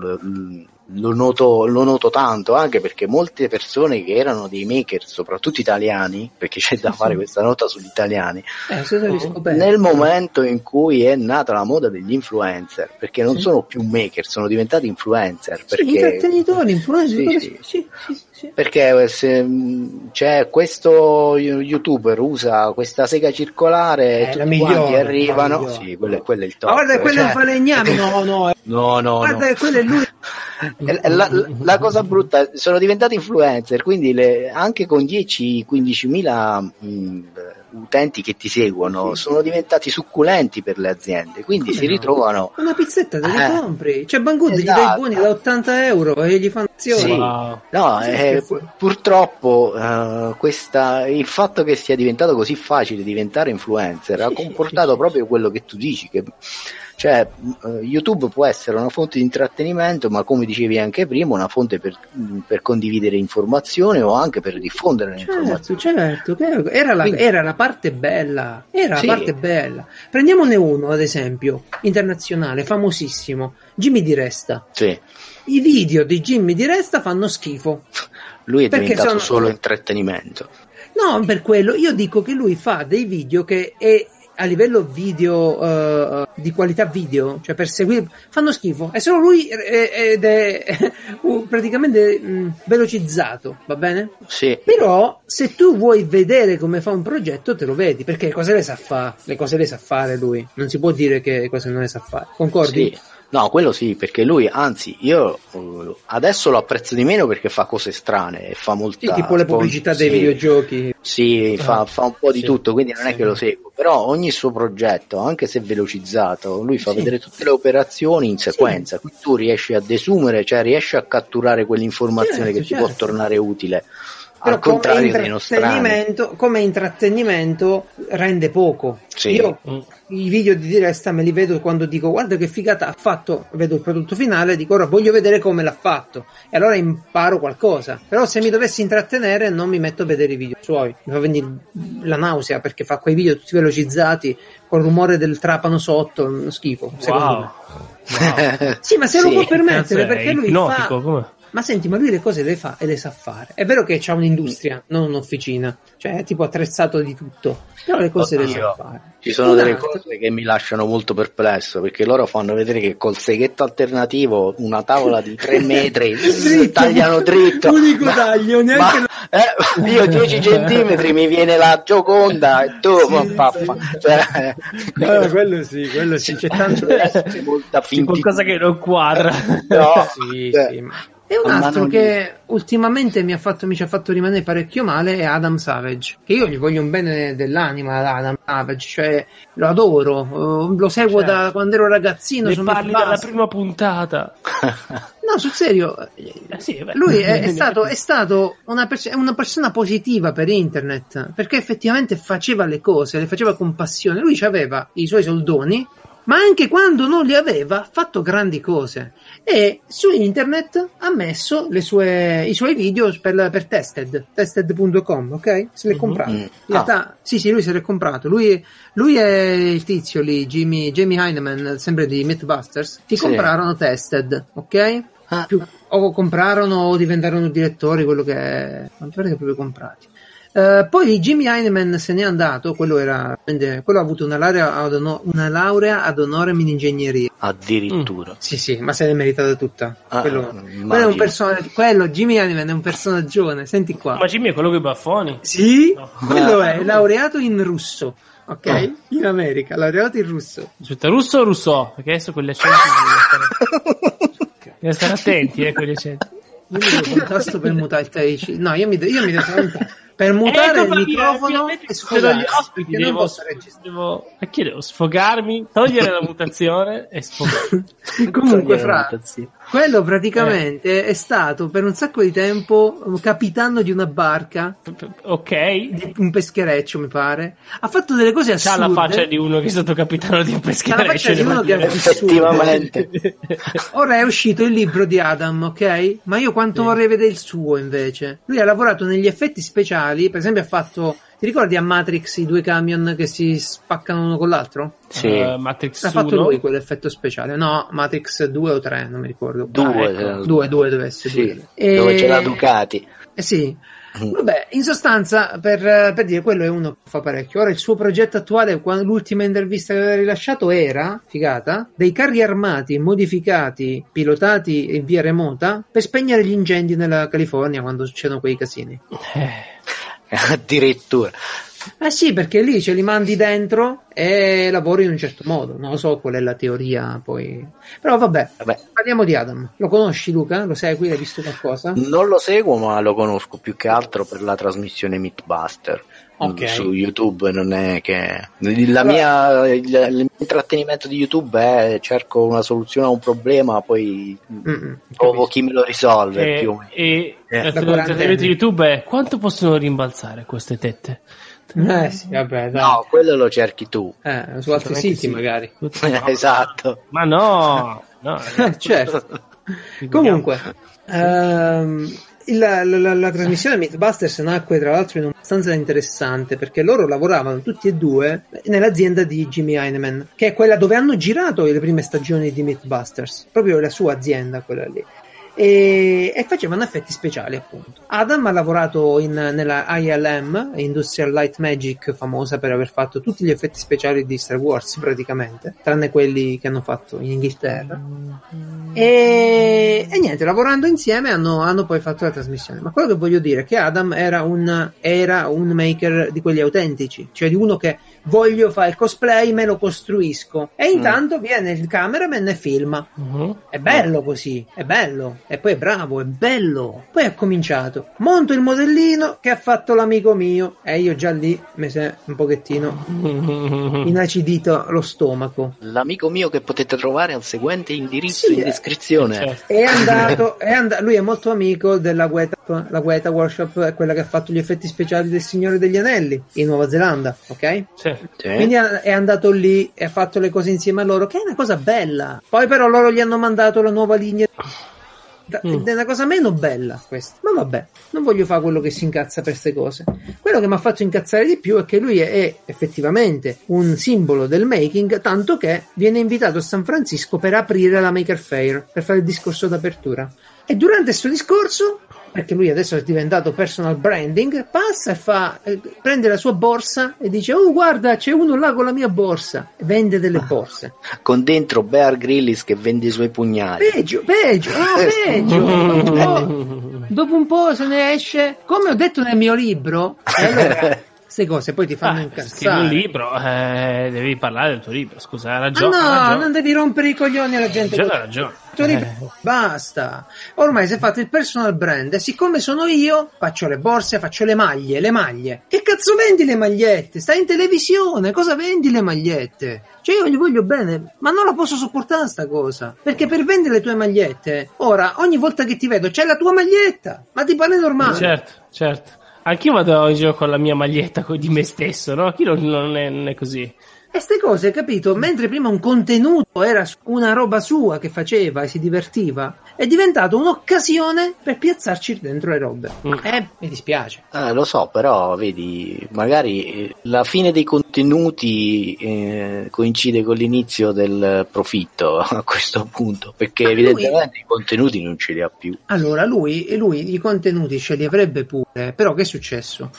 lo noto tanto, anche perché molte persone che erano dei maker, soprattutto italiani, perché c'è da fare questa nota sugli italiani, nel momento in cui è nata la moda degli influencer, perché non sono più maker, sono diventati influencer, perché intrattenitori, influencer, sì. Perché se c'è questo youtuber usa questa sega circolare, tutti quanti arrivano, sì, quello è il top. Ma guarda, quello falegname, no. Guarda, quello è lui. La cosa brutta, sono diventati influencer, quindi anche con 10-15.000 utenti che ti seguono, sono diventati succulenti per le aziende, quindi si ritrovano una pizzetta te li compri, cioè Banggood gli dai buoni da 80 euro e gli fanno azione. Sì. No, purtroppo il fatto che sia diventato così facile diventare influencer ha comportato proprio quello che tu dici, che cioè YouTube può essere una fonte di intrattenimento, ma come dicevi anche prima, una fonte per condividere informazioni o anche per diffondere le informazioni. Certo, era la parte bella, la parte bella. Prendiamone uno, ad esempio, internazionale, famosissimo, Jimmy Di Resta. Sì. I video di Jimmy Di Resta fanno schifo. Lui è diventato solo intrattenimento. No, per quello, io dico che lui fa dei video che a livello video di qualità video, cioè per seguire, fanno schifo, è solo lui ed è praticamente velocizzato, va bene? Sì. Però se tu vuoi vedere come fa un progetto te lo vedi, perché le cose le sa fare lui, non si può dire che cose non le sa fare, concordi? Sì. No, quello sì, perché lui, anzi, io adesso lo apprezzo di meno perché fa cose strane, fa molta... Sì, tipo le pubblicità dei videogiochi. Sì, fa un po' di tutto, quindi non è che lo seguo, però ogni suo progetto, anche se velocizzato, lui fa vedere tutte le operazioni in sequenza, quindi tu riesci a desumere, cioè riesci a catturare quell'informazione che ti può tornare utile. Però al contrario dei nostrani, come intrattenimento rende poco. Sì. Io i video di Di Resta me li vedo quando dico guarda che figata ha fatto, vedo il prodotto finale, dico ora voglio vedere come l'ha fatto e allora imparo qualcosa. Però se mi dovessi intrattenere non mi metto a vedere i video suoi, mi fa venire la nausea perché fa quei video tutti velocizzati col rumore del trapano sotto, uno schifo. Wow. Sì, ma se lo può permettere perché lui fa... Come? Ma senti, ma lui le cose le fa e le sa fare. È vero che c'ha un'industria, non un'officina, cioè è tipo attrezzato di tutto, però le cose le sa fare. Ci sono delle cose che mi lasciano molto perplesso, perché loro fanno vedere che col seghetto alternativo una tavola di 3 metri tagliano dritto. Unico taglio, neanche io 10 centimetri mi viene la Gioconda e tu cioè, quello sì, c'è tanto molta qualcosa che non quadra. No, sì. E un altro che ultimamente mi ci ha fatto rimanere parecchio male è Adam Savage, che io gli voglio un bene dell'anima ad Adam Savage, cioè lo adoro, lo seguo da quando ero ragazzino. Ne parli dalla prima puntata. No, sul serio, sì, lui è stato una persona positiva per internet, perché effettivamente faceva le cose, le faceva con passione. Lui aveva i suoi soldoni, ma anche quando non li aveva, ha fatto grandi cose. E su internet ha messo i suoi video per tested.com, ok? Se l'è comprato. In realtà, sì, lui se l'è comprato. Lui è il tizio lì, Jamie Heineman, sempre di Mythbusters. Comprarono Tested, ok? O comprarono o diventarono direttori, quello che è. Non pare che proprio comprati. Poi Jimmy Heineman se n'è andato, quello ha avuto una laurea ad honorem in ingegneria. Addirittura. Sì, ma se l'è meritata tutta. Quello è un personaggio. Quello Jimmy Heineman è un personaggione, senti qua. Ma Jimmy è quello con i baffoni? Sì, no. Quello è laureato in russo. Ok? In America, laureato in russo. Aspetta, russo o russo? Perché adesso quegli accenti bisogna stare attenti, quegli accenti. Io mi devo un tasto per mutare il TIC. No, io mi devo per mutare il microfono e sfogarmi, perché non posso registrare. Devo sfogarmi, togliere la mutazione e sfogarmi. Comunque, quello praticamente è stato per un sacco di tempo capitano di una barca, ok, di un peschereccio mi pare. Ha fatto delle cose assurde. C'ha la faccia di uno che è stato capitano di un peschereccio. La faccia di uno che effettivamente. Ora è uscito il libro di Adam, ok? Ma io quanto vorrei vedere il suo invece. Lui ha lavorato negli effetti speciali. Per esempio ha fatto, ti ricordi a Matrix i due camion che si spaccano uno con l'altro? Sì. Matrix ha fatto lui quell'effetto speciale. No, Matrix 2 o 3, non mi ricordo. 2 deve essere. Sì, dove c'è la Ducati. Sì. Vabbè, in sostanza, per dire, quello è uno che fa parecchio. Ora il suo progetto attuale, l'ultima intervista che aveva rilasciato era, figata, dei carri armati modificati, pilotati in via remota per spegnere gli incendi nella California quando succedono quei casini. Addirittura. Sì, perché lì ce li mandi dentro e lavori in un certo modo. Non lo so qual è la teoria poi. Però vabbè. Parliamo di Adam. Lo conosci, Luca? Lo segui? Hai visto qualcosa? Non lo seguo, ma lo conosco più che altro per la trasmissione Mythbuster. Okay. Su YouTube. Non è che il mio intrattenimento di YouTube è cerco una soluzione a un problema, poi trovo chi me lo risolve più o meno. L'intrattenimento di YouTube è quanto possono rimbalzare queste tette? Sì, vabbè, dai. No, quello lo cerchi tu. Su altri siti magari. Esatto. Ma no. Certo. Comunque, la trasmissione Mythbusters nacque tra l'altro in una stanza interessante perché loro lavoravano tutti e due nell'azienda di Jimmy Heineman, che è quella dove hanno girato le prime stagioni di Mythbusters, proprio la sua azienda, quella lì. E facevano effetti speciali, appunto. Adam ha lavorato nella ILM, Industrial Light Magic, famosa per aver fatto tutti gli effetti speciali di Star Wars praticamente, tranne quelli che hanno fatto in Inghilterra. E niente, lavorando insieme hanno poi fatto la trasmissione. Ma quello che voglio dire è che Adam era un maker di quelli autentici, cioè di uno che voglio fare il cosplay, me lo costruisco e intanto viene il cameraman e filma. È bello così, è bello. E poi è bravo, è bello. Poi ha cominciato. Monto il modellino che ha fatto l'amico mio. E io già lì mi si è un pochettino inacidito lo stomaco. L'amico mio che potete trovare al seguente indirizzo in descrizione. Certo. Lui è molto amico della Weta. La Weta Workshop è quella che ha fatto gli effetti speciali del Signore degli Anelli in Nuova Zelanda, ok? Sì. Quindi è andato lì e ha fatto le cose insieme a loro, che è una cosa bella. Poi però loro gli hanno mandato la nuova linea. È una cosa meno bella questa, ma vabbè, non voglio fare quello che si incazza per queste cose. Quello che mi ha fatto incazzare di più è che lui è effettivamente un simbolo del making, tanto che viene invitato a San Francisco per aprire la Maker Faire, per fare il discorso d'apertura. E durante questo discorso, perché lui adesso è diventato personal branding, passa e prende la sua borsa e dice: oh, guarda, c'è uno là con la mia borsa, e vende delle borse con dentro Bear Grylls che vende i suoi pugnali. Peggio. Dopo un po' se ne esce, come ho detto nel mio libro. Allora, Queste cose poi ti fanno Scrivi incazzare. un libro, devi parlare del tuo libro, scusa, hai Ma ragione. no, hai ragione. non devi rompere i coglioni alla gente. Hai ragione. Basta. Ormai si è fatto il personal brand e siccome sono io, faccio le borse, faccio le maglie. Che cazzo vendi le magliette? Stai in televisione, cosa vendi le magliette? Cioè io gli voglio bene, ma non la posso sopportare sta cosa. Perché per vendere le tue magliette, ora, ogni volta che ti vedo, c'è la tua maglietta. Ma ti pare normale? Certo. Anch'io vado in giro con la mia maglietta di me stesso, no? Chi non è così? E ste cose, capito? Mentre prima un contenuto era una roba sua che faceva e si divertiva, è diventato un'occasione per piazzarci dentro le robe. Mi dispiace. Lo so, però vedi, magari la fine dei contenuti coincide con l'inizio del profitto a questo punto, perché evidentemente i contenuti non ce li ha più. Allora lui i contenuti ce li avrebbe pure, però che è successo?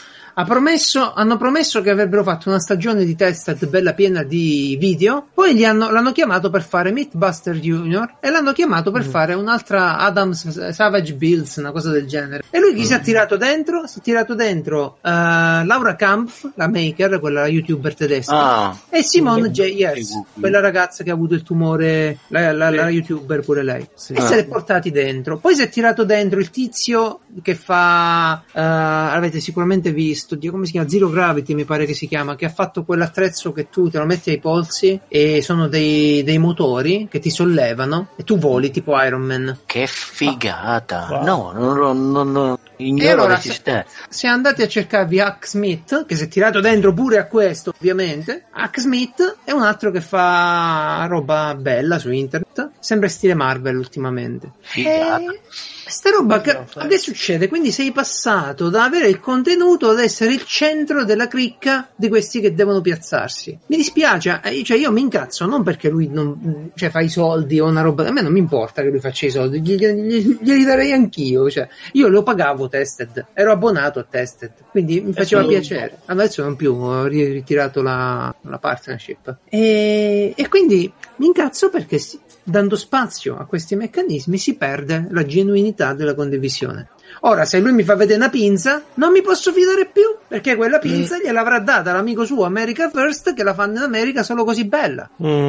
Hanno promesso che avrebbero fatto una stagione di tested bella piena di video, poi l'hanno chiamato per fare Mythbuster Junior e l'hanno chiamato per fare un'altra Adams Savage Builds, una cosa del genere. E lui chi si è tirato dentro? Si è tirato dentro Laura Kampf, la maker, quella youtuber tedesca, e Simone J. Yes, quella ragazza che ha avuto il tumore, la youtuber pure lei. Sì. E se li è portati dentro. Poi si è tirato dentro il tizio che fa, avete sicuramente visto, Dio, come si chiama? Zero Gravity mi pare che si chiama, che ha fatto quell'attrezzo che tu te lo metti ai polsi e sono dei motori che ti sollevano e tu voli tipo Iron Man. Che figata! Wow. No, non ignoro l'esistenza. Se andate a cercarvi Hack Smith, che si è tirato dentro pure a questo ovviamente, Hack Smith è un altro che fa roba bella su internet, sembra stile Marvel ultimamente. Figata. Sta roba che succede? Quindi sei passato da avere il contenuto ad essere il centro della cricca di questi che devono piazzarsi. Mi dispiace, cioè io mi incazzo non perché lui non, cioè, fa i soldi o una roba, a me non mi importa che lui faccia i soldi, glieli darei anch'io, cioè io lo pagavo Tested, ero abbonato a Tested, quindi mi faceva piacere. Adesso non più, ho ritirato la partnership e quindi mi incazzo perché dando spazio a questi meccanismi si perde la genuinità della condivisione. Ora, se lui mi fa vedere una pinza, non mi posso fidare più, perché quella pinza gliel'avrà data l'amico suo America First, che la fanno in America solo così bella.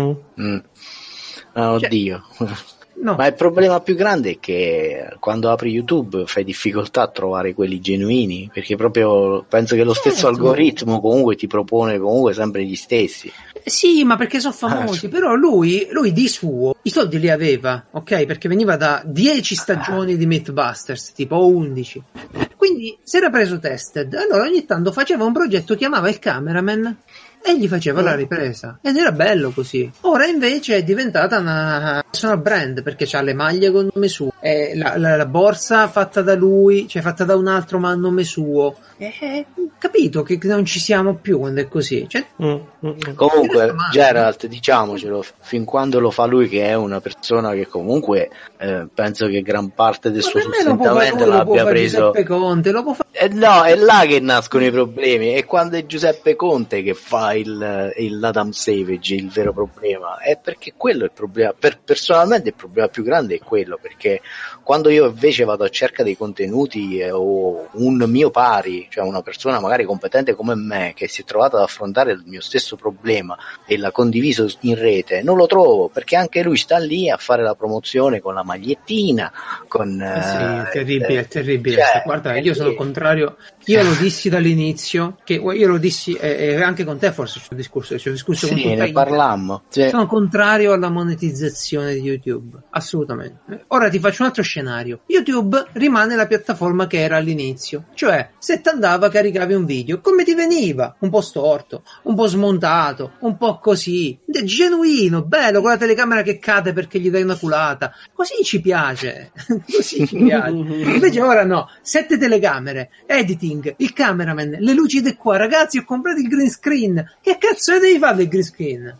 Oddio. No. Ma il problema più grande è che quando apri YouTube fai difficoltà a trovare quelli genuini, perché proprio penso che lo stesso algoritmo comunque ti propone comunque sempre gli stessi. Sì, ma perché sono famosi, però lui di suo i soldi li aveva, ok? Perché veniva da 10 stagioni di Mythbusters, tipo 11. Quindi si era preso Tested, allora ogni tanto faceva un progetto, chiamava il cameraman e gli faceva la ripresa ed era bello così. Ora invece è diventata una personal brand perché c'ha le maglie con nome suo, la borsa fatta da lui, cioè fatta da un altro ma a nome suo. Capito che non ci siamo più quando è così, cioè, comunque Geralt, diciamocelo, fin quando lo fa lui, che è una persona che comunque penso che gran parte del suo sostentamento l'abbia preso Giuseppe Conte, lo può fare. No, è là che nascono i problemi, è quando è Giuseppe Conte che fa l'Adam Savage il vero problema, è perché quello è il problema. Personalmente il problema più grande è quello, perché quando io invece vado a cerca dei contenuti o un mio pari, cioè una persona magari competente come me che si è trovata ad affrontare il mio stesso problema e l'ha condiviso in rete, non lo trovo, perché anche lui sta lì a fare la promozione con la magliettina, con sì, è terribile. Cioè, guarda, io sono contrario, io lo dissi dall'inizio, che io lo dissi anche con te forse ci ho discusso con te, ne parlammo. Sono contrario alla monetizzazione di YouTube, assolutamente. Ora ti faccio un altro scenario. YouTube rimane la piattaforma che era all'inizio, cioè se ti andava caricavi un video, come ti veniva? Un po' storto, un po' smontato, un po' così, genuino, bello, con la telecamera che cade perché gli dai una culata, così ci piace. Così ci piace. Invece ora no, 7 telecamere, editing, il cameraman, le luci di qua, ragazzi ho comprato il green screen, che cazzo devi fare del green screen?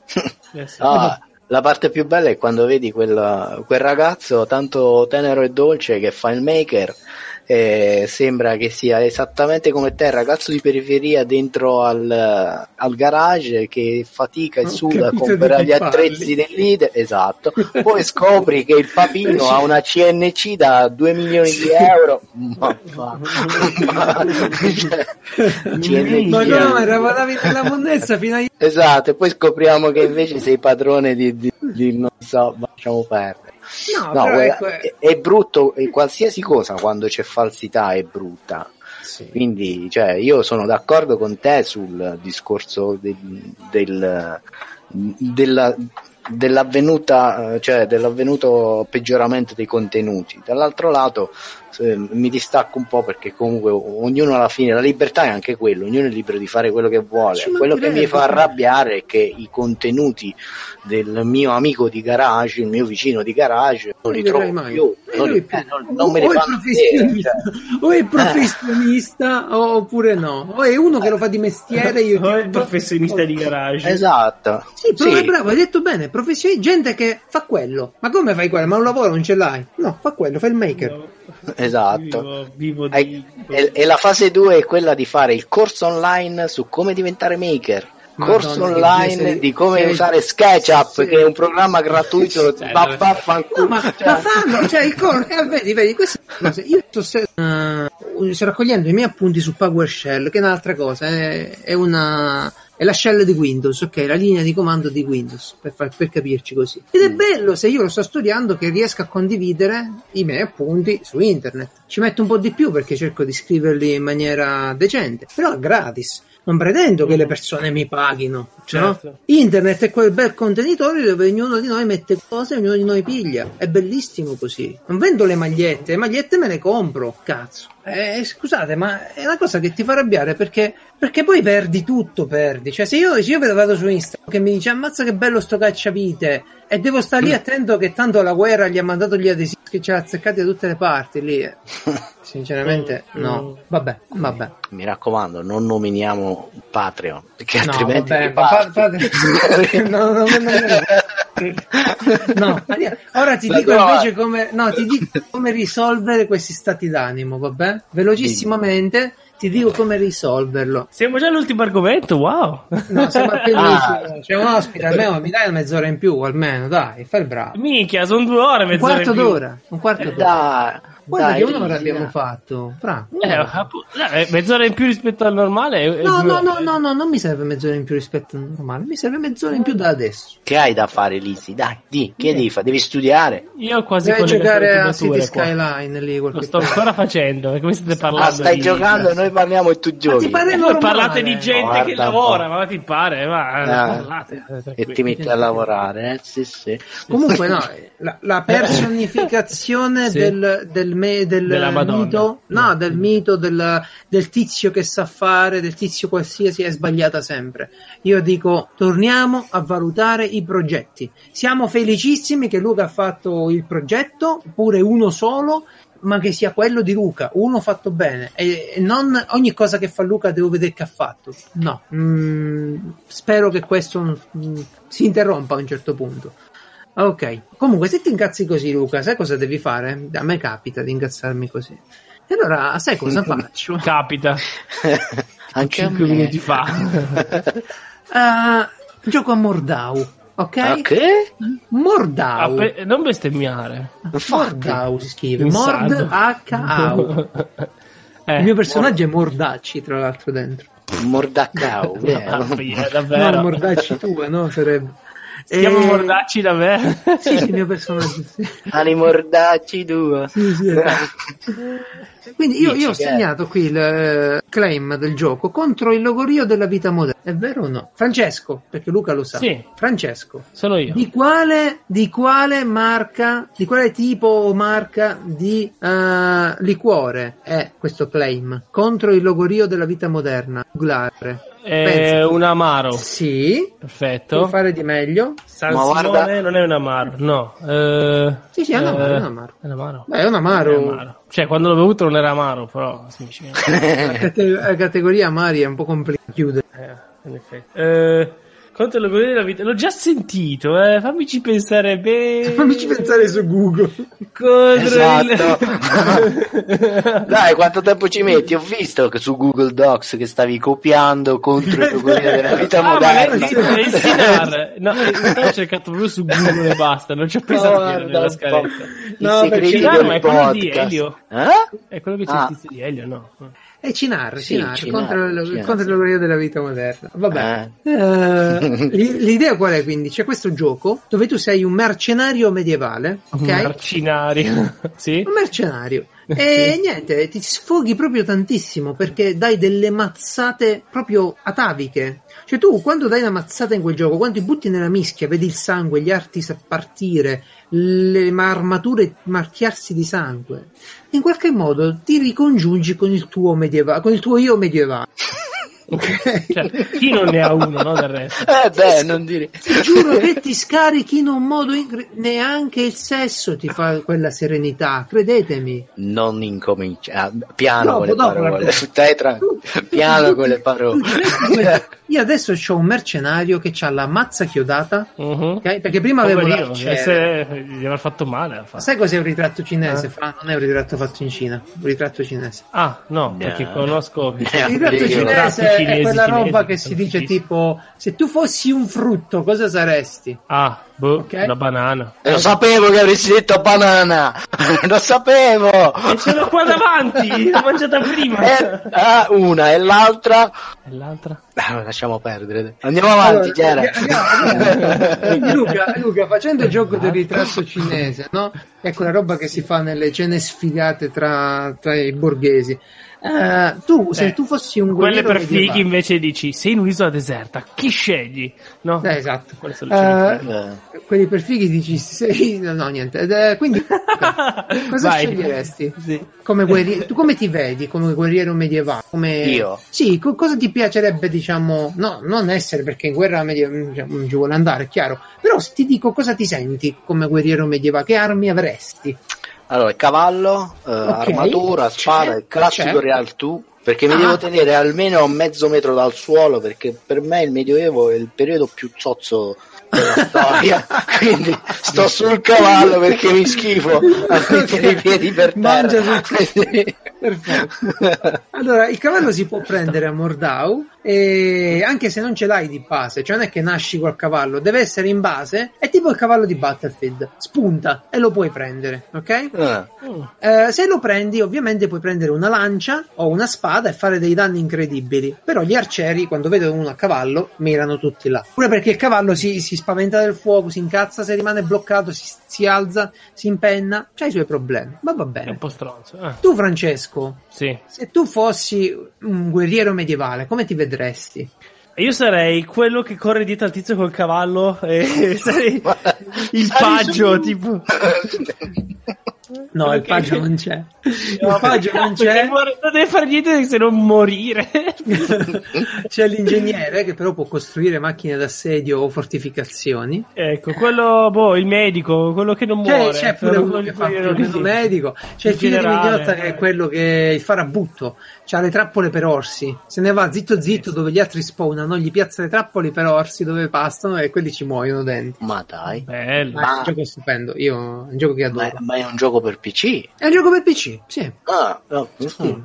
La parte più bella è quando vedi quel ragazzo tanto tenero e dolce che fa il maker sembra che sia esattamente come te, ragazzo di periferia dentro al garage che fatica e suda a comprare gli attrezzi del leader, esatto. Poi scopri che il papino ha una CNC da 2 milioni di euro. Ma come lavoravi nella monnezza fino a... Esatto, e poi scopriamo che invece sei padrone di non so, lasciamo perdere. No, ecco, è brutto, qualsiasi cosa quando c'è falsità è brutta. Sì. Quindi, cioè, io sono d'accordo con te sul discorso dell'avvenuto peggioramento dei contenuti. Dall'altro lato mi distacco un po', perché comunque ognuno alla fine, la libertà è anche quello, ognuno è libero di fare quello che vuole. Quello che mi fa arrabbiare è che i contenuti del mio amico di garage, il mio vicino di garage, non li trovo più. Non me ne fanno vedere. O è professionista oppure no, o è uno che lo fa di mestiere. O è il professionista di garage. Esatto. Sì, però è bravo, hai detto bene, gente che fa quello. Ma come fai quello? Ma un lavoro non ce l'hai? No, fa quello, fa il maker. No. Esatto. E la fase 2 è quella di fare il corso online su come diventare maker. Corso online di come usare SketchUp, che è un programma gratuito. Vaffanculo. Ma fanno, cioè il corso, vedi queste cose. Io sto raccogliendo i miei appunti su PowerShell, che è un'altra cosa, è la shell di Windows, ok, la linea di comando di Windows, per capirci così. Ed è bello, se io lo sto studiando, che riesco a condividere i miei appunti su internet. Ci metto un po' di più perché cerco di scriverli in maniera decente, però è gratis. Non pretendo che le persone mi paghino, certo. No? Internet è quel bel contenitore dove ognuno di noi mette cose e ognuno di noi piglia. È bellissimo così. Non vendo le magliette me le compro, cazzo. Scusate, ma è una cosa che ti fa arrabbiare, perché poi perdi tutto, Cioè, se io vado su Instagram che mi dice ammazza che bello sto cacciavite, e devo stare lì attento che tanto la guerra gli ha mandato gli adesivi che ce l'ha azzeccati da tutte le parti lì. Sinceramente no. Vabbè. Mi raccomando, non nominiamo Patreon, perché no, altrimenti no, ora ti dico invece come risolvere questi stati d'animo, vabbè? Velocissimamente ti dico come risolverlo. Siamo già all'ultimo argomento, wow. No, siamo al penultimo. C'è un ospite, almeno mi dai una mezz'ora in più, almeno, dai, fai il bravo. Minchia, sono 2 ore, mezz'ora in più. Un quarto d'ora. Guarda che un'ora abbiamo fatto. Mezz'ora in più rispetto al normale. No, non mi serve mezz'ora in più rispetto al normale, mi serve mezz'ora in più da adesso. Che hai da fare, Lisi? Dai, che devi fare? Devi studiare? Io ho quasi devi giocare a City Skyline lì. Lo sto ancora facendo, come state parlando? Stai giocando e noi parliamo e tu giochi. Parlate di gente che lavora, ma ti pare? Parlate. E ti metti a lavorare, sì. Comunque no, la personificazione del mito, del mito del tizio che sa fare, del tizio qualsiasi, è sbagliata sempre. Io dico, torniamo a valutare i progetti. Siamo felicissimi che Luca ha fatto il progetto, pure uno solo, ma che sia quello di Luca, uno fatto bene, e non ogni cosa che fa Luca devo vedere che ha fatto. No, spero che questo si interrompa a un certo punto. Ok, comunque se ti incazzi così, Luca, sai cosa devi fare? A me capita di incazzarmi così. E allora sai cosa faccio? Capita. Anche 5 minuti fa. Gioco a Mordau. Ok? Mordau. Non bestemmiare. Mordau si scrive. Mord-H-A-U. Il mio personaggio è Mordacci, tra l'altro, dentro. Mordaccao. Davvero. No, Mordacci tua, no? Sarebbe. Si chiama Mordacci davvero? Sì, il mio personaggio. Sì. Ali Mordacci tua. Sì. Quindi io ho segnato qui il claim del gioco contro il logorio della vita moderna. È vero o no? Francesco, perché Luca lo sa. Sì. Francesco. Sono io. Di quale marca, di quale tipo o marca di liquore è questo claim contro il logorio della vita moderna? Glare. Un amaro. Sì. Perfetto. Puoi fare di meglio. San Simone non è un amaro, no. Sì, è un amaro. È un amaro. Beh, è un amaro. Cioè, quando l'ho bevuto non era amaro, però la categoria amari è un po' complicata da chiudere. In effetti. Contro le guerriere della vita. L'ho già sentito, fammici pensare bene. Fammici pensare su Google. Esatto. Dai, quanto tempo ci metti? Ho visto che su Google Docs che stavi copiando contro i guerrieri della vita moderna. No, ho cercato proprio su Google e basta, non ci ho pensato nella scaletta. No, perché Cinar, ma è quello di Elio. È quello che c'è il Ah. tizio di Elio, no? È Cinar, Sì, contro Cinar, le guerriere della vita moderna. Vabbè. Eh. L'idea qual è quindi? C'è questo gioco dove tu sei un mercenario medievale, ok? Un mercenario. Sì? Un mercenario. E niente, ti sfoghi proprio tantissimo perché dai delle mazzate proprio ataviche. Cioè tu quando dai una mazzata in quel gioco, quando ti butti nella mischia, vedi il sangue, gli arti partire, le armature marchiarsi di sangue, in qualche modo ti ricongiungi con il tuo medievale, con il tuo io medievale. Cioè, chi non ne ha uno, no? Del resto. Non dire. Ti giuro che ti scarichi in un modo neanche il sesso ti fa quella serenità, credetemi. Non incomincia. Piano con le Dopo, parole. Stai tranquillo. Piano con le parole. Io adesso c'ho un mercenario che ha la mazza chiodata, ok? Perché prima avevo l'arciere. Gli aver fatto male. Sai cos'è un ritratto cinese? Non è un ritratto fatto in Cina, un ritratto cinese. Ah, no, perché conosco. Il ritratto cinese è quella roba che si dice tipo: se tu fossi un frutto, cosa saresti? Ah, Ok. una banana. Lo sapevo che avresti detto banana. Lo sapevo. E ce l'ho qua davanti, l'ho mangiata prima. Una e l'altra. E l'altra? Lasciamo perdere. Andiamo avanti, Chiara. Quindi Luca, facendo il gioco del ritratto cinese, no? Ecco la roba che si fa nelle cene sfigate tra i borghesi. Se tu fossi un quelle guerriero per medievale, fighi invece dici sei in un'isola deserta, chi scegli? No? esatto. Quelle sono le cene quelli per fighi dici no niente. Quindi cosa Vai. sceglieresti? Sì. Come guerriero, tu come ti vedi come guerriero medievale? Io? Sì, cosa ti piacerebbe, diciamo, no, non essere, perché in guerra non ci vuole andare, è chiaro, però se ti dico cosa ti senti come guerriero medievale, che armi avresti? Allora, cavallo, armatura, spada, il classico Real Tu, perché mi devo tenere almeno a mezzo metro dal suolo, perché per me il Medioevo è il periodo più zozzo della storia, quindi sto sul cavallo perché mi schifo a mettere i piedi per terra. Perfetto. Allora, il cavallo si può prendere a Mordau, e anche se non ce l'hai di base, cioè non è che nasci col cavallo, deve essere in base, è tipo il cavallo di Battlefield, spunta e lo puoi prendere, ok? Se lo prendi, ovviamente puoi prendere una lancia o una spada e fare dei danni incredibili, però gli arcieri quando vedono uno a cavallo mirano tutti là, pure perché il cavallo si spaventa del fuoco, si incazza se rimane bloccato, si alza, si impenna, c'ha i suoi problemi, ma va bene. È un po' stronzo. Tu Francesco, Sì. se tu fossi un guerriero medievale, come ti vedresti? Io sarei quello che corre dietro al tizio col cavallo e sarei il paggio, tipo. No, il paggio non c'è. Il paggio non c'è. Non deve fare niente se non morire. C'è l'ingegnere che però può costruire macchine d'assedio o fortificazioni. Ecco, quello, il medico, quello che non muore. C'è pure uno che fa il medico. C'è il figlio di Mignotta che è quello che il farabutto. C'ha le trappole per orsi. Se ne va zitto dove gli altri spawnano, gli piazza le trappole per orsi dove pastano e quelli ci muoiono dentro. Ma dai. Bello. È un gioco stupendo. Io è un gioco che adoro. Ma è un gioco per PC? È un gioco per PC, sì. Figo.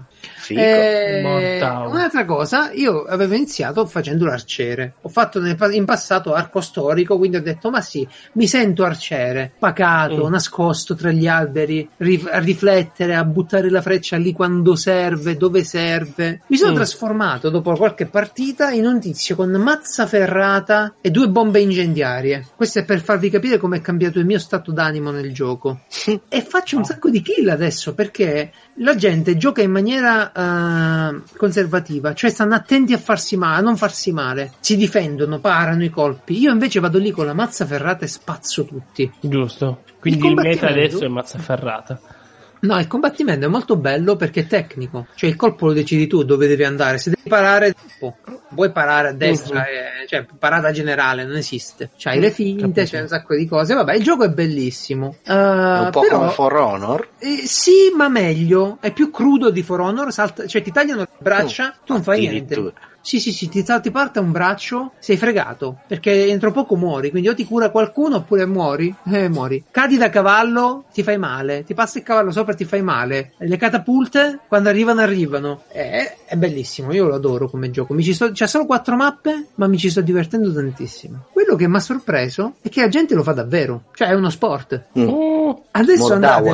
Un'altra cosa, io avevo iniziato facendo l'arciere, ho fatto in passato arco storico, quindi ho detto ma sì, mi sento arciere, pacato, nascosto tra gli alberi, a riflettere, a buttare la freccia lì quando serve, dove serve. Mi sono trasformato dopo qualche partita in un tizio con mazza ferrata e 2 bombe incendiarie. Questo è per farvi capire come è cambiato il mio stato d'animo nel gioco. E faccio un sacco di kill adesso perché la gente gioca in maniera conservativa, cioè stanno attenti a non farsi male, si difendono, parano i colpi. Io invece vado lì con la mazza ferrata e spazzo tutti. Giusto. Quindi il meta adesso è mazza ferrata. No, il combattimento è molto bello perché è tecnico, cioè il colpo lo decidi tu dove devi andare, se devi parare vuoi parare a destra, cioè parata generale non esiste, c'hai le finte, c'è un sacco di cose, vabbè il gioco è bellissimo, è un po' però, come For Honor? Sì, ma meglio, è più crudo di For Honor, cioè ti tagliano le braccia, tu non fai niente. Sì, ti parte un braccio, sei fregato, perché entro poco muori, quindi o ti cura qualcuno oppure muori. Cadi da cavallo, ti fai male, ti passa il cavallo sopra e ti fai male. Le catapulte, quando arrivano. È bellissimo, io lo adoro come gioco. C'ha solo 4 mappe, ma mi ci sto divertendo tantissimo. Quello che mi ha sorpreso è che la gente lo fa davvero, cioè è uno sport. Adesso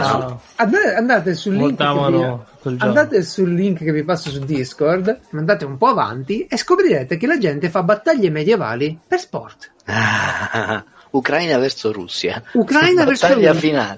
andate sul link andate sul link che vi passo su Discord, andate un po' avanti e scoprirete che la gente fa battaglie medievali per sport. Ucraina verso Russia. Battaglia finale.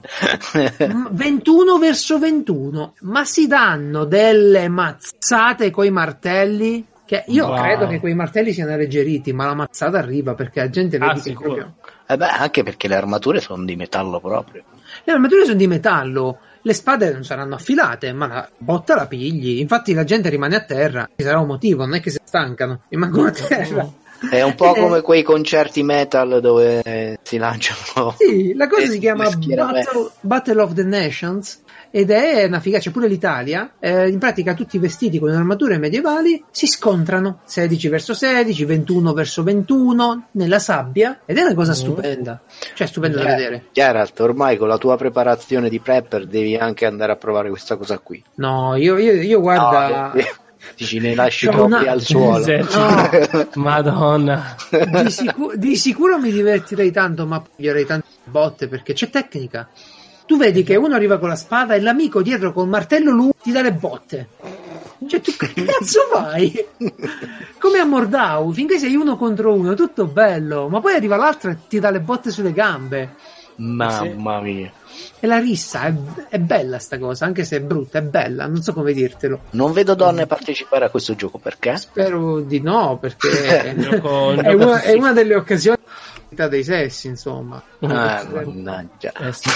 21 verso 21, ma si danno delle mazzate coi martelli. Che io credo che quei martelli siano alleggeriti, ma la mazzata arriva perché la gente vede che proprio. Anche perché le armature sono di metallo proprio. Le armature sono di metallo, le spade non saranno affilate, ma la botta la pigli. Infatti la gente rimane a terra, ci sarà un motivo, non è che si stancano, rimangono a terra. È un po' come quei concerti metal dove si lanciano. Sì, la cosa si chiama Battle of the Nations ed è una figata, c'è pure l'Italia. In pratica tutti vestiti con armature medievali si scontrano 16 verso 16, 21 verso 21 nella sabbia ed è una cosa stupenda, cioè stupenda da vedere. Geralt, ormai con la tua preparazione di prepper devi anche andare a provare questa cosa qui. No, io guarda... Dici, ne lasci troppi al suolo. No. Madonna. Di sicuro mi divertirei tanto, ma piglierei tante botte perché c'è tecnica. Tu vedi che uno arriva con la spada e l'amico dietro col martello lui ti dà le botte. Cioè tu che cazzo fai? Come a Mordau, finché sei 1 contro 1 tutto bello, ma poi arriva l'altro e ti dà le botte sulle gambe. Mamma mia. E la rissa è bella sta cosa, anche se è brutta, è bella, non so come dirtelo. Non vedo donne partecipare a questo gioco, perché? Spero di no, perché è una delle occasioni dei sessi, insomma. Mannaggia.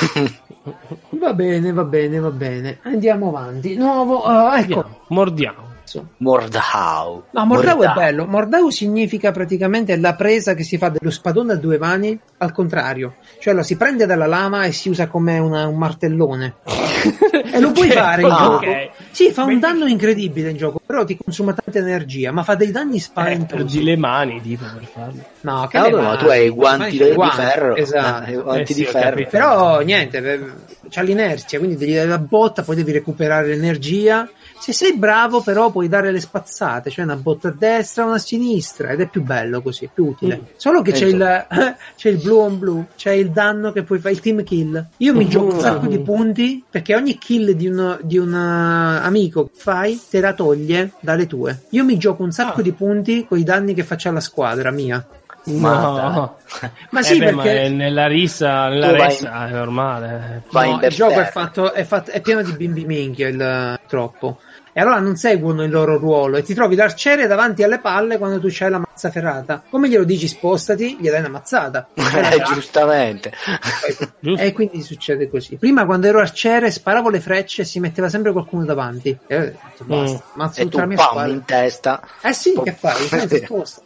Va bene. Andiamo avanti. Nuovo, ecco. Mordiamo. Mordhau. No, Mordhau è bello. Mordhau significa praticamente la presa che si fa dello spadone a 2 mani al contrario, cioè lo si prende dalla lama e si usa come un martellone. E lo puoi fare in gioco. Sì, fa un danno incredibile in gioco, però ti consuma tanta energia, ma fa dei danni spaventosi. Perdi le mani tipo per farlo. No, ma tu hai i guanti di ferro. Esatto. Guanti di ferro. Però niente, c'ha l'inerzia, quindi devi dare la botta, poi devi recuperare l'energia. Se sei bravo però puoi dare le spazzate, cioè una botta a destra, una a sinistra, ed è più bello così, è più utile. Solo che c'è il blue on blue, c'è il danno che puoi fare, il team kill. Io mi gioco un sacco di punti perché ogni kill di un amico che fai te la toglie dalle tue. Io mi gioco un sacco di punti con i danni che faccio alla squadra mia. Ma sì, perché ma nella rissa è normale. Il gioco è pieno di bimbi minchia troppo. E allora non seguono il loro ruolo e ti trovi l'arciere davanti alle palle quando tu c'hai la mazza ferrata. Come glielo dici spostati, gli dai una mazzata. Giustamente. E quindi succede così. Prima quando ero arciere sparavo le frecce e si metteva sempre qualcuno davanti. Basta, mazzo tutta la mia squadra in testa. Sì, che fai? Sposta.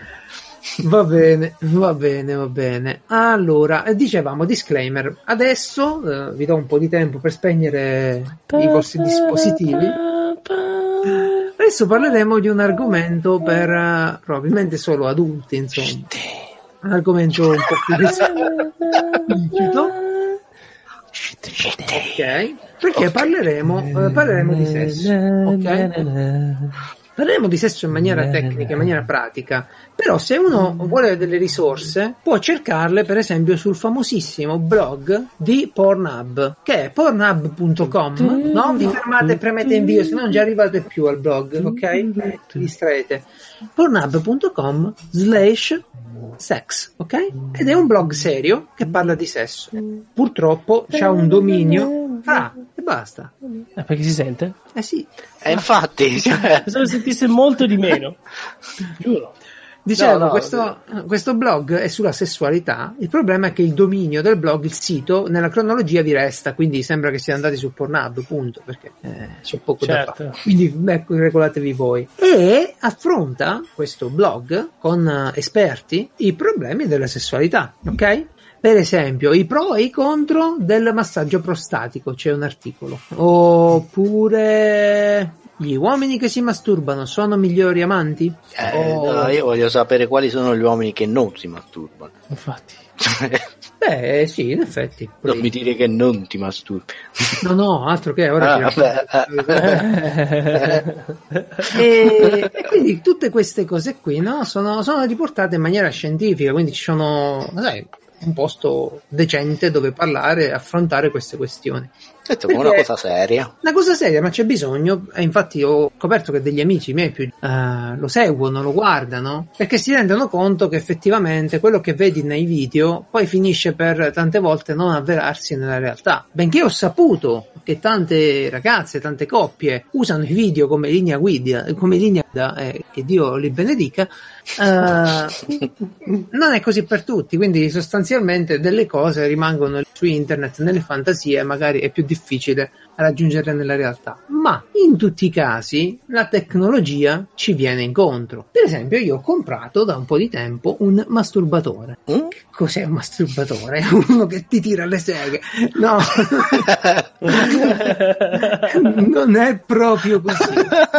Va bene. Allora, dicevamo disclaimer. Adesso vi do un po' di tempo per spegnere i vostri dispositivi. Adesso parleremo di un argomento per probabilmente solo adulti, insomma. Un argomento un po' più esplicito. Ok, perché parleremo di sesso. Ok? Parleremo di sesso in maniera tecnica, in maniera pratica, però se uno vuole delle risorse può cercarle per esempio sul famosissimo blog di Pornhub, che è pornhub.com, no? Vi fermate e premete invio, se no non già arrivate più al blog, ok? Vi distraete. pornhub.com/sex, ok? Ed è un blog serio che parla di sesso. Purtroppo c'ha un dominio e basta. Perché si sente? Sì. Infatti, pensavo sentisse molto di meno. Giuro. Dicevo, questo blog è sulla sessualità. Il problema è che il dominio del blog, il sito, nella cronologia vi resta, quindi sembra che siate andati su Pornhub, punto, perché c'è poco da fare. Quindi regolatevi voi. E affronta questo blog con esperti i problemi della sessualità, ok? Per esempio, i pro e i contro del massaggio prostatico, c'è un articolo. Oppure Gli uomini che si masturbano sono migliori amanti? No, io voglio sapere quali sono gli uomini che non si masturbano. Infatti. Beh, sì, in effetti. Non mi dire che non ti masturbi. No, altro che ora. E quindi tutte queste cose qui, no, sono riportate in maniera scientifica, quindi ci sono, sai, un posto decente dove parlare e affrontare queste questioni. Detto come una cosa seria. Una cosa seria, ma c'è bisogno, e infatti ho scoperto che degli amici miei più lo seguono, lo guardano, perché si rendono conto che effettivamente quello che vedi nei video poi finisce per tante volte non avverarsi nella realtà. Benché ho saputo che tante ragazze, tante coppie usano i video come linea guida, che Dio li benedica, non è così per tutti, quindi sostanzialmente delle cose rimangono su internet nelle fantasie, magari è più difficile raggiungerle nella realtà, ma in tutti i casi la tecnologia ci viene incontro. Per esempio, io ho comprato da un po' di tempo un masturbatore. Che cos'è un masturbatore? È uno che ti tira le seghe. No, non è proprio così.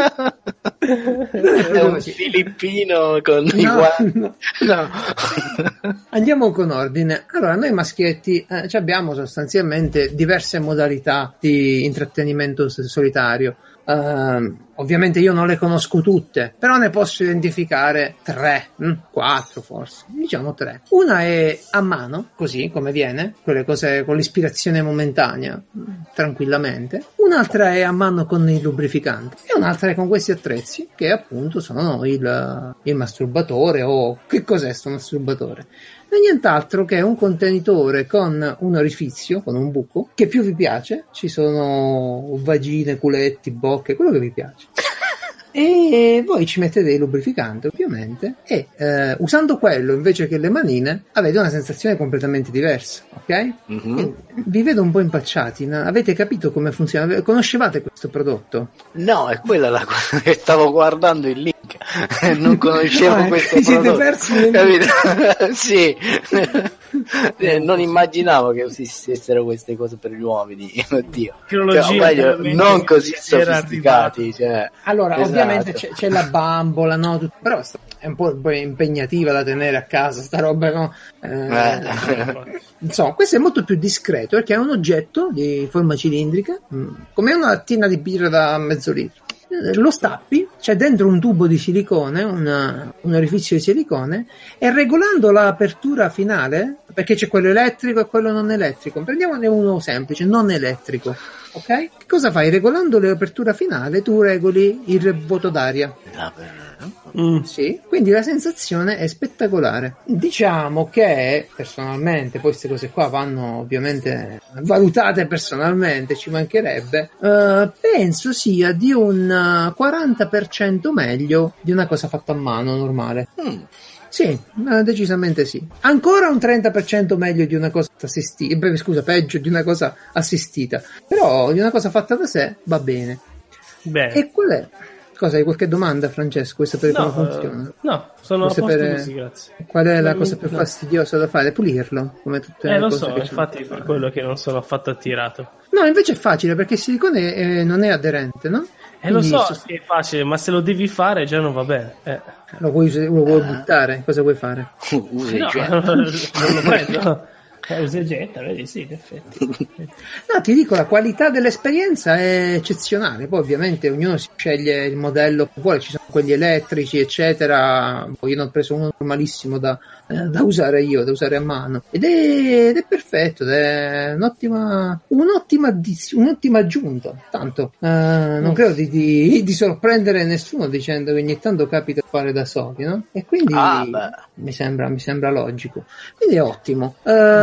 È un filippino con i guanti. No. Andiamo con ordine. Allora, noi maschietti abbiamo sostanzialmente diverse modalità di intrattenimento solitario. Ovviamente io non le conosco tutte, però ne posso identificare 3, 4 forse, diciamo 3. Una è a mano, così come viene, quelle cose con l'ispirazione momentanea, tranquillamente. Un'altra è a mano con il lubrificante e un'altra è con questi attrezzi che appunto sono il masturbatore, o che cos'è sto masturbatore? E nient'altro che un contenitore con un orifizio, con un buco, che più vi piace. Ci sono vagine, culetti, bocche, quello che vi piace. E voi ci mettete il lubrificante, ovviamente, e usando quello invece che le manine avete una sensazione completamente diversa, ok? Mm-hmm. Vi vedo un po' impacciati. Avete capito come funziona? Conoscevate questo prodotto? No, è quella la cosa che stavo guardando il link. Non conoscevo questo prodotto. Persi capito? Sì. Non immaginavo che esistessero queste cose per gli uomini. Oddio. Cioè, non così sofisticati. Cioè, allora, esatto. Ovviamente c'è la bambola, no? Però è un po' impegnativa da tenere a casa, sta roba, no? Insomma, questo è molto più discreto perché è un oggetto di forma cilindrica, come una lattina di birra da mezzo litro. Lo stappi, c'è dentro un tubo di silicone, un orifizio di silicone, e regolando l'apertura finale, perché c'è quello elettrico e quello non elettrico, prendiamone uno semplice, non elettrico, ok? Che cosa fai? Regolando l'apertura finale tu regoli il vuoto d'aria. Sì, quindi la sensazione è spettacolare. Diciamo che personalmente, poi queste cose qua vanno ovviamente valutate personalmente, ci mancherebbe, penso sia di un 40% meglio di una cosa fatta a mano normale. Sì, decisamente sì. Ancora un 30% meglio di una cosa assistita, peggio di una cosa assistita, però di una cosa fatta da sé va bene. Bene. E qual è? Cosa, hai qualche domanda, Francesco? Vuoi sapere come funziona? No, sono a posto così, grazie. Qual è la cosa più fastidiosa da fare? Pulirlo, come tutte le lo cose so, che infatti per quello che non sono affatto attirato. No, invece è facile, perché il silicone non è aderente, no? Lo so che è facile, ma se lo devi fare già non va bene. Lo vuoi buttare? Cosa vuoi fare? Non lo prendo. Usa e getta, vedi, sì, in effetti. No, ti dico, la qualità dell'esperienza è eccezionale. Poi ovviamente ognuno si sceglie il modello che vuole, ci sono quelli elettrici eccetera. Poi io ne ho preso uno normalissimo da usare io, da usare a mano, ed è perfetto, ed è un'ottima aggiunta. Tanto non credo di sorprendere nessuno dicendo che ogni tanto capita a fare da soli, no? E quindi mi sembra logico, quindi è ottimo.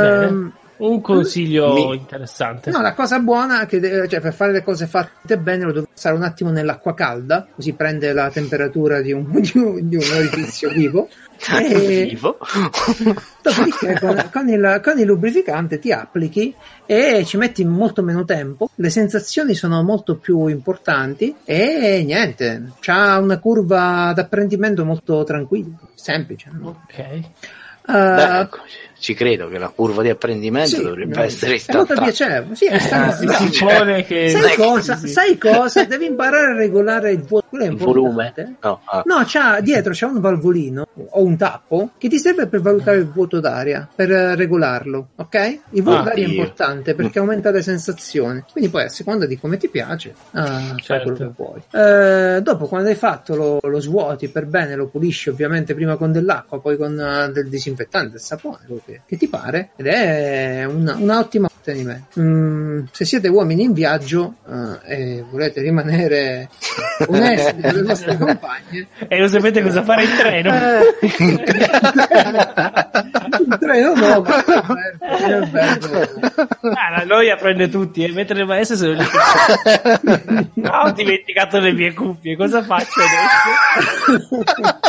Un consiglio interessante. No, la cosa buona è che per fare le cose fatte bene lo devo passare un attimo nell'acqua calda, così prende la temperatura di un orifizio vivo. Vivo. Dopodiché con il lubrificante ti applichi e ci metti molto meno tempo, le sensazioni sono molto più importanti e niente, c'ha una curva d'apprendimento molto tranquilla, semplice, no? Ok. ci credo che la curva di apprendimento dovrebbe essere è molto piacevole. Sì, si suppone che sai cosa? Devi imparare a regolare il volume. No, dietro c'è un valvolino o un tappo che ti serve per valutare il vuoto d'aria, per regolarlo, ok? Il vuoto d'aria è importante perché aumenta le sensazioni, quindi poi a seconda di come ti piace fai quello che vuoi. Dopo, quando hai fatto, lo svuoti per bene, lo pulisci ovviamente prima con dell'acqua, poi con del disinfettante, del sapone, che ti pare, ed è un'ottima ottenimento. Se siete uomini in viaggio e volete rimanere onesti con le vostre compagne e non sapete cosa fare in treno, in treno no, ma la noia prende tutti, mentre le maestre se no, ho dimenticato le mie cuffie, cosa faccio adesso?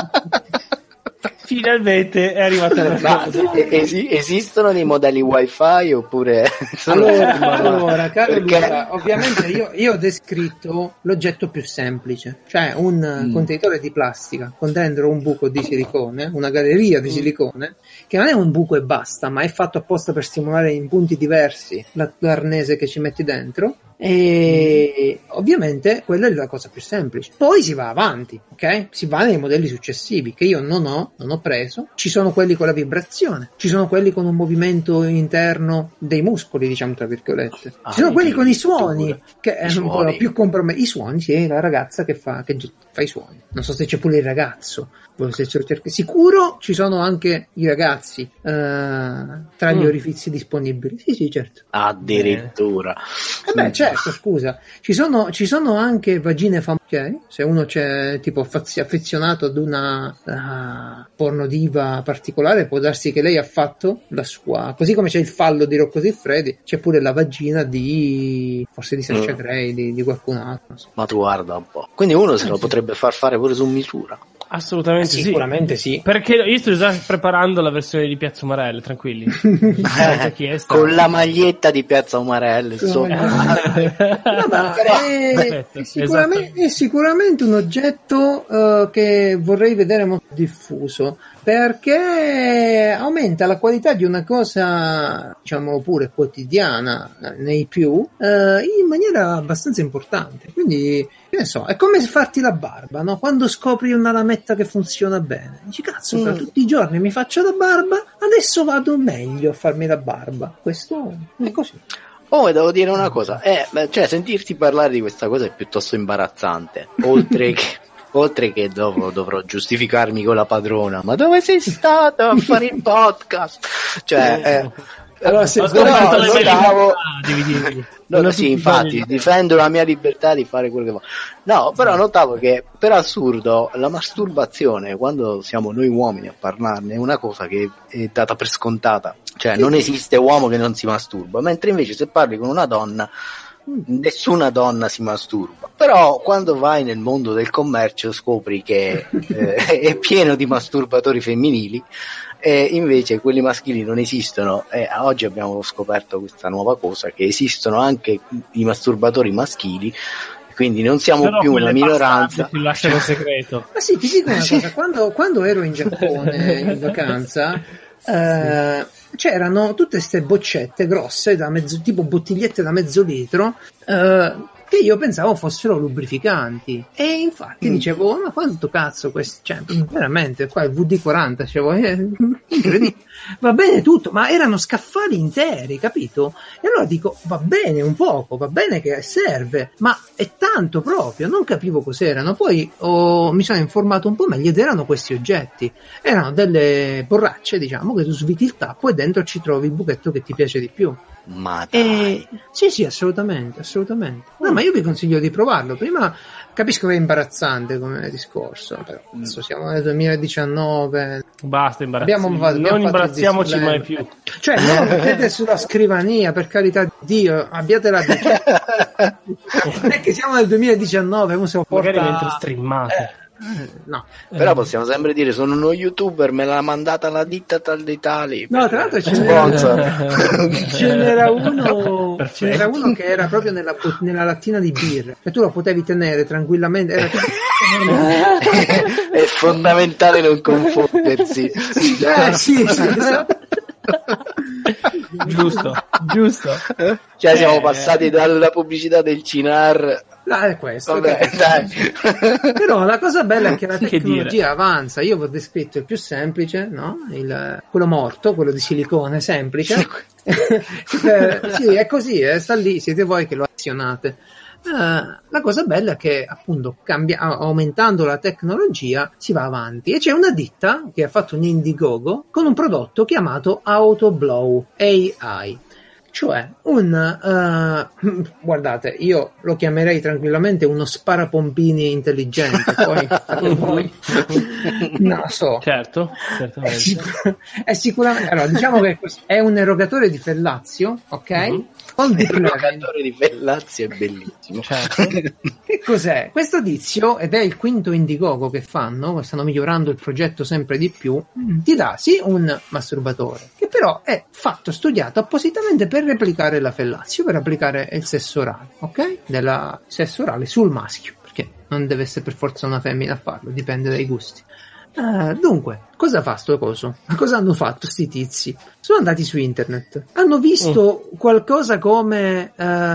Finalmente è arrivata la cosa. Esistono dei modelli wifi oppure allora caro Luca, ovviamente io ho descritto l'oggetto più semplice, cioè un contenitore di plastica con dentro un buco di silicone, una galleria di silicone che non è un buco e basta, ma è fatto apposta per stimolare in punti diversi l'arnese che ci metti dentro. E ovviamente quella è la cosa più semplice. Poi si va avanti, ok? Si va nei modelli successivi che io non ho preso. Ci sono quelli con la vibrazione, ci sono quelli con un movimento interno dei muscoli, diciamo tra virgolette. Ci sono quelli con i suoni che è un po' più compromesso. I suoni, sì, la ragazza che fa i suoni. Non so se c'è pure il ragazzo. Sicuro ci sono anche i ragazzi tra gli orifizi disponibili. Sì, certo. Addirittura. Certo, scusa. Ci sono anche vagine famose, se uno c'è tipo affezionato ad una pornodiva particolare, può darsi che lei ha fatto la sua, così come c'è il fallo di Rocco Siffredi, c'è pure la vagina forse di Sasha Grey, di qualcun altro. Ma tu guarda un po'. Quindi uno se lo potrebbe far fare pure su misura. Assolutamente sicuramente sì. Perché io sto già preparando la versione di Piazza Umarelle, tranquilli. Con la maglietta di Piazza Umarelle. È sicuramente un oggetto che vorrei vedere molto diffuso, perché aumenta la qualità di una cosa, diciamo pure quotidiana nei più, in maniera abbastanza importante. Quindi, che ne so, è come farti la barba, no? Quando scopri una lametta che funziona bene, dici cazzo, per tutti i giorni mi faccio la barba, adesso vado meglio a farmi la barba. Questo è così. Oh, devo dire una cosa, cioè sentirti parlare di questa cosa è piuttosto imbarazzante, oltre che dovrò giustificarmi con la padrona. Ma dove sei stato a fare il podcast? Cioè, allora, se sì, infatti difendo la mia libertà di fare quello che voglio. No, però notavo che per assurdo la masturbazione, quando siamo noi uomini a parlarne, è una cosa che è data per scontata. Cioè non esiste uomo che non si masturba, mentre invece se parli con una donna, nessuna donna si masturba. Però quando vai nel mondo del commercio scopri che è pieno di masturbatori femminili, e invece quelli maschili non esistono. Oggi abbiamo scoperto questa nuova cosa, che esistono anche i masturbatori maschili, quindi non siamo più una minoranza. Ti lasciano segreto. Ma sì, ti dico una cosa, quando ero in Giappone in vacanza, c'erano tutte queste boccette grosse tipo bottigliette da mezzo litro, che io pensavo fossero lubrificanti, e infatti dicevo, ma quanto cazzo questo, cioè veramente qua il VD40, dicevo, incredibile. Va bene tutto, ma erano scaffali interi, capito? E allora dico, va bene un poco, va bene che serve, ma è tanto proprio, non capivo cos'erano. Poi mi sono informato un po' meglio ed erano questi oggetti, erano delle borracce, diciamo, che tu sviti il tappo e dentro ci trovi il buchetto che ti piace di più. Ma dai. Sì, assolutamente. No, ma io vi consiglio di provarlo. Prima capisco che è imbarazzante come discorso, però adesso siamo nel 2019. Basta non imbarazziamoci mai più. Cioè, non mettete sulla scrivania, per carità di Dio, abbiate la non è che siamo nel 2019, uno se lo porta magari mentre streamate. No, però possiamo sempre dire sono uno youtuber, me l'ha mandata la ditta tal dei tali. No, tra l'altro ce n'era uno che era proprio nella lattina di birra, e tu lo potevi tenere tranquillamente, era tipo... è fondamentale non confondersi. Sì, esatto. Giusto. Cioè siamo passati dalla pubblicità del Cinar. È questo. Vabbè, dai. Però la cosa bella è che la Che tecnologia dire. avanza. Io vi ho descritto il più semplice, no? Quello morto, quello di silicone semplice. Sì, è così, sta lì, siete voi che lo azionate. La cosa bella è che appunto aumentando la tecnologia si va avanti, e c'è una ditta che ha fatto un Indiegogo con un prodotto chiamato Autoblow AI, cioè guardate, io lo chiamerei tranquillamente uno sparapompini intelligente, poi voi non lo so. Certo, certamente. È sicuramente, allora, diciamo che è un erogatore di fellazio, ok? Con deep Il learning. giocatore di Bellazzi è bellissimo. Certo. Che cos'è? Questo tizio, ed è il quinto Indiegogo che fanno, stanno migliorando il progetto sempre di più, ti dà sì un masturbatore, che però è studiato appositamente per replicare la fellazio, per applicare il sesso orale, ok? Della sesso orale sul maschio, perché non deve essere per forza una femmina a farlo, dipende dai gusti. Dunque, cosa fa sto coso? Cosa hanno fatto sti tizi? Sono andati su internet, hanno visto qualcosa come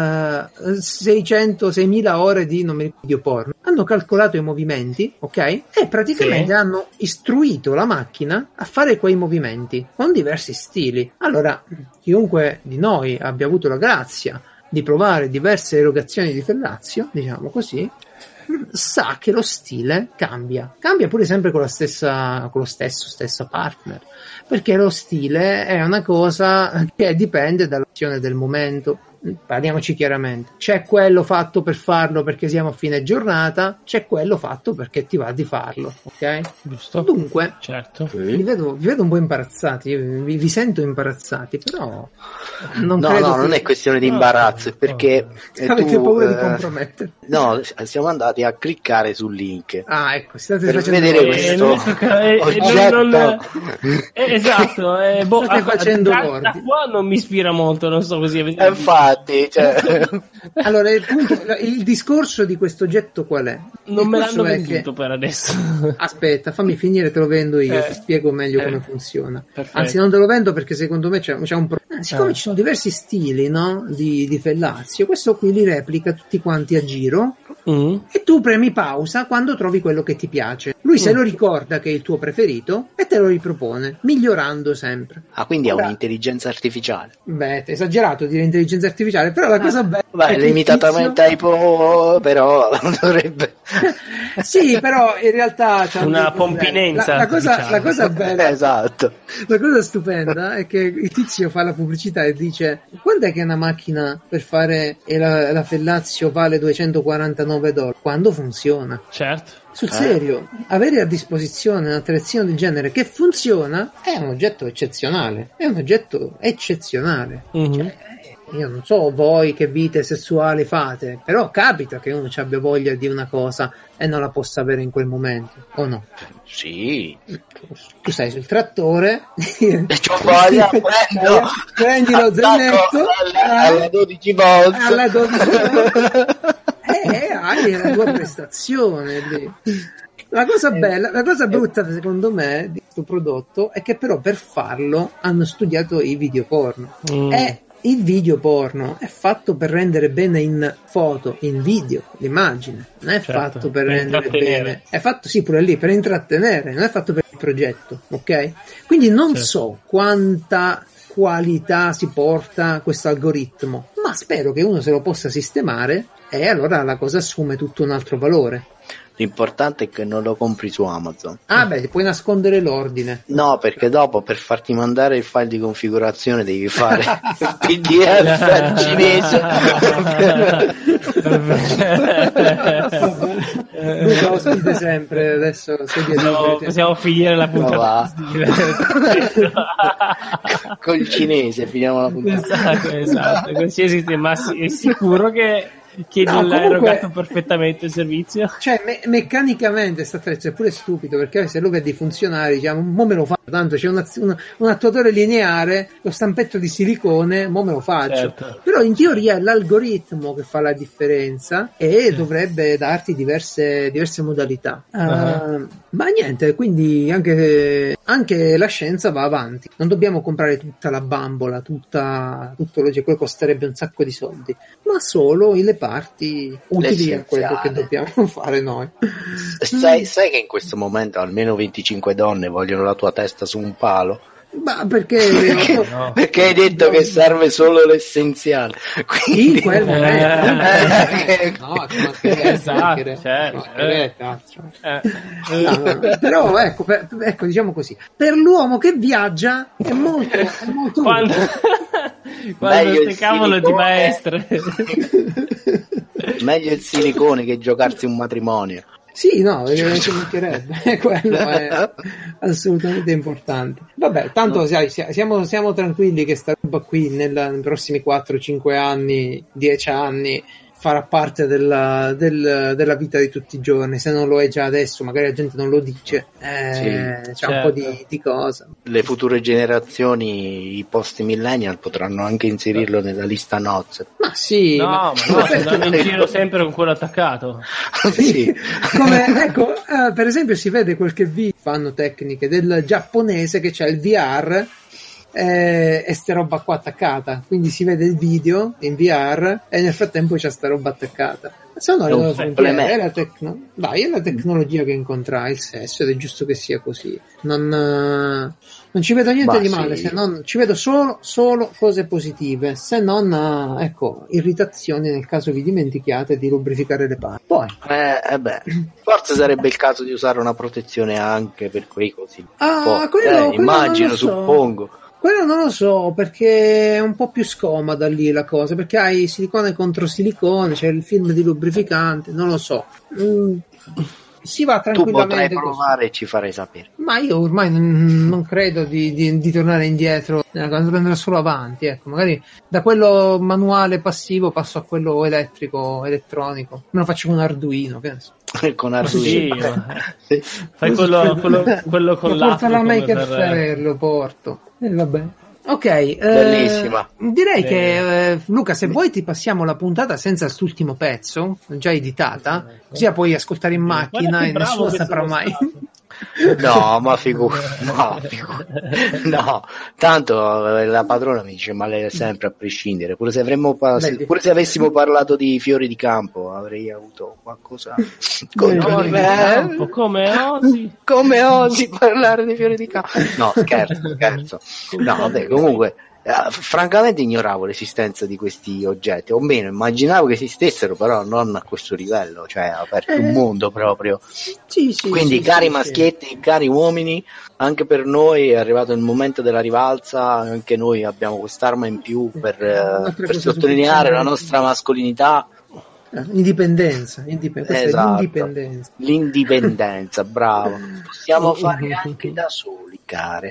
6.000 ore di video porno, hanno calcolato i movimenti, ok? E praticamente hanno istruito la macchina a fare quei movimenti con diversi stili. Allora, chiunque di noi abbia avuto la grazia di provare diverse erogazioni di fellazio, diciamo così, sa che lo stile cambia pure sempre con lo stesso partner, perché lo stile è una cosa che dipende dall'azione del momento. Parliamoci chiaramente, c'è quello fatto per farlo perché siamo a fine giornata, c'è quello fatto perché ti va di farlo, ok? Giusto. Dunque, certo. vi vedo un po' imbarazzati, vi sento imbarazzati, però non è questione di imbarazzo, è perché avete paura di compromettere. No, siamo andati a cliccare sul link. Ah, ecco, state per facendo vedere questo oggetto. Esatto, state facendo da l'ordine. qua non mi ispira molto, non so così. Infatti, cioè. Allora, il discorso di questo oggetto qual è? Non me l'hanno Che... venduto per adesso. Aspetta, fammi finire, te lo vendo io, ti spiego meglio come funziona. Perfetto. Anzi, non te lo vendo perché secondo me c'è un problema. Siccome ci sono diversi stili, no, di fellazio, questo qui li replica tutti quanti a giro e tu premi pausa quando trovi quello che ti piace. Lui se lo ricorda che è il tuo preferito e te lo ripropone, migliorando sempre. Ah, quindi ha un'intelligenza artificiale. Beh, è esagerato dire intelligenza artificiale, però la cosa bella è limitatamente ai però dovrebbe. Sì, però in realtà c'è una pompinenza. La cosa bella, esatto. La cosa stupenda è che il tizio fa la pubblicità e dice: quando è che una macchina per fare la fellazio vale $249? Quando funziona. Certo. Sul serio, avere a disposizione un'attrezzazione del genere che funziona è un oggetto eccezionale. Cioè, io non so voi che vite sessuali fate, però capita che uno ci abbia voglia di una cosa e non la possa avere in quel momento, o no? Sì. Tu stai sul trattore, c'ho voglia, prendi lo zainetto alla 12 volte, alla 12 volte hai la tua prestazione lì. La cosa bella, la cosa brutta secondo me di questo prodotto è che però per farlo hanno studiato i video porno e il video porno è fatto per rendere bene in foto, in video, l'immagine, non è fatto per rendere bene, è fatto sì pure lì per intrattenere, non è fatto per il progetto, ok? Quindi non so quanta qualità si porta questo algoritmo, ma spero che uno se lo possa sistemare e allora la cosa assume tutto un altro valore. L'importante è che non lo compri su Amazon. Ah beh, puoi nascondere l'ordine. No, perché dopo per farti mandare il file di configurazione devi fare il PDF cinese. Luca ospite sempre, adesso possiamo finire la puntata. Col cinese finiamo la puntata. Esatto, così esiste, ma è sicuro che Che No, non l'ha comunque- erogato perfettamente il servizio. Cioè, meccanicamente sta attrezzo è pure stupido, perché se lo vedi funzionare, diciamo, mo me lo faccio, tanto c'è un attuatore lineare, lo stampetto di silicone, mo me lo faccio. Certo. Però in teoria è l'algoritmo che fa la differenza e dovrebbe darti diverse modalità. Ma niente, quindi anche la scienza va avanti. Non dobbiamo comprare tutta la bambola, tutto quello costerebbe un sacco di soldi, ma solo le parti utili a quello che dobbiamo fare noi. Sai che in questo momento almeno 25 donne vogliono la tua testa su un palo? Ma perché No. Perché hai detto che serve solo l'essenziale. Quindi... in quel momento no, ci mancherebbe, Esatto, ci certo. mancherebbe, cazzo. No. Però ecco, diciamo così, per l'uomo che viaggia è molto Quando Meglio ste il cavolo di silicone. maestre. Meglio il silicone che giocarsi un matrimonio. Sì, no, ci mancherebbe. Quello è assolutamente importante. Vabbè, tanto sai, siamo tranquilli che sta roba qui nei prossimi 4-5 anni, 10 anni farà parte della vita di tutti i giorni. Se non lo è già adesso, magari la gente non lo dice. C'è un po' di cosa. Le future generazioni, i post millennial, potranno anche inserirlo nella lista nozze. Ma sì, No, ma no, si danno in giro sempre con quello attaccato. Sì. come, ecco, per esempio si vede qualche video, fanno tecniche del giapponese che c'ha il VR e sta roba qua attaccata, quindi si vede il video in VR e nel frattempo c'è sta roba attaccata. Sono le nuove frontiere, è la tecnologia che incontra il sesso ed è giusto che sia così. Non ci vedo niente di male, se non ci vedo solo cose positive, se non ecco, irritazioni nel caso vi dimentichiate di lubrificare le parti. Poi forse sarebbe il caso di usare una protezione anche per quei così. quello immagino, non lo so. suppongo. Quello non lo so, perché è un po' più scomoda lì la cosa, perché hai silicone contro silicone, c'è il film di lubrificante, non lo so. Si va Tu tranquillamente potrai provare e ci farai sapere. Ma io ormai non credo di tornare indietro, andrò solo avanti, ecco, magari da quello manuale passivo passo a quello elettronico, me lo faccio con Arduino, che ne so. Con Arduino. Sì, fai quello con lo porto alla come Maker Faire, lo porto. Vabbè. Ok, Bellissima. direi che Luca, se vuoi ti passiamo la puntata senza quest'ultimo pezzo, già editata, così la puoi ascoltare in macchina e nessuno saprà mai. No, ma no, tanto la padrona mi dice male sempre a prescindere, pure se avessimo parlato di fiori di campo avrei avuto qualcosa contro di me. Come osi parlare di fiori di campo? No, scherzo. No, vabbè, comunque francamente ignoravo l'esistenza di questi oggetti, o meno immaginavo che esistessero, però non a questo livello, cioè ha aperto un mondo proprio. Sì, quindi cari maschietti, cari uomini, anche per noi è arrivato il momento della rivalsa, anche noi abbiamo quest'arma in più per sottolineare la nostra mascolinità. Indipendenza, Esatto. L'indipendenza, bravo. Possiamo fare anche da soli, care.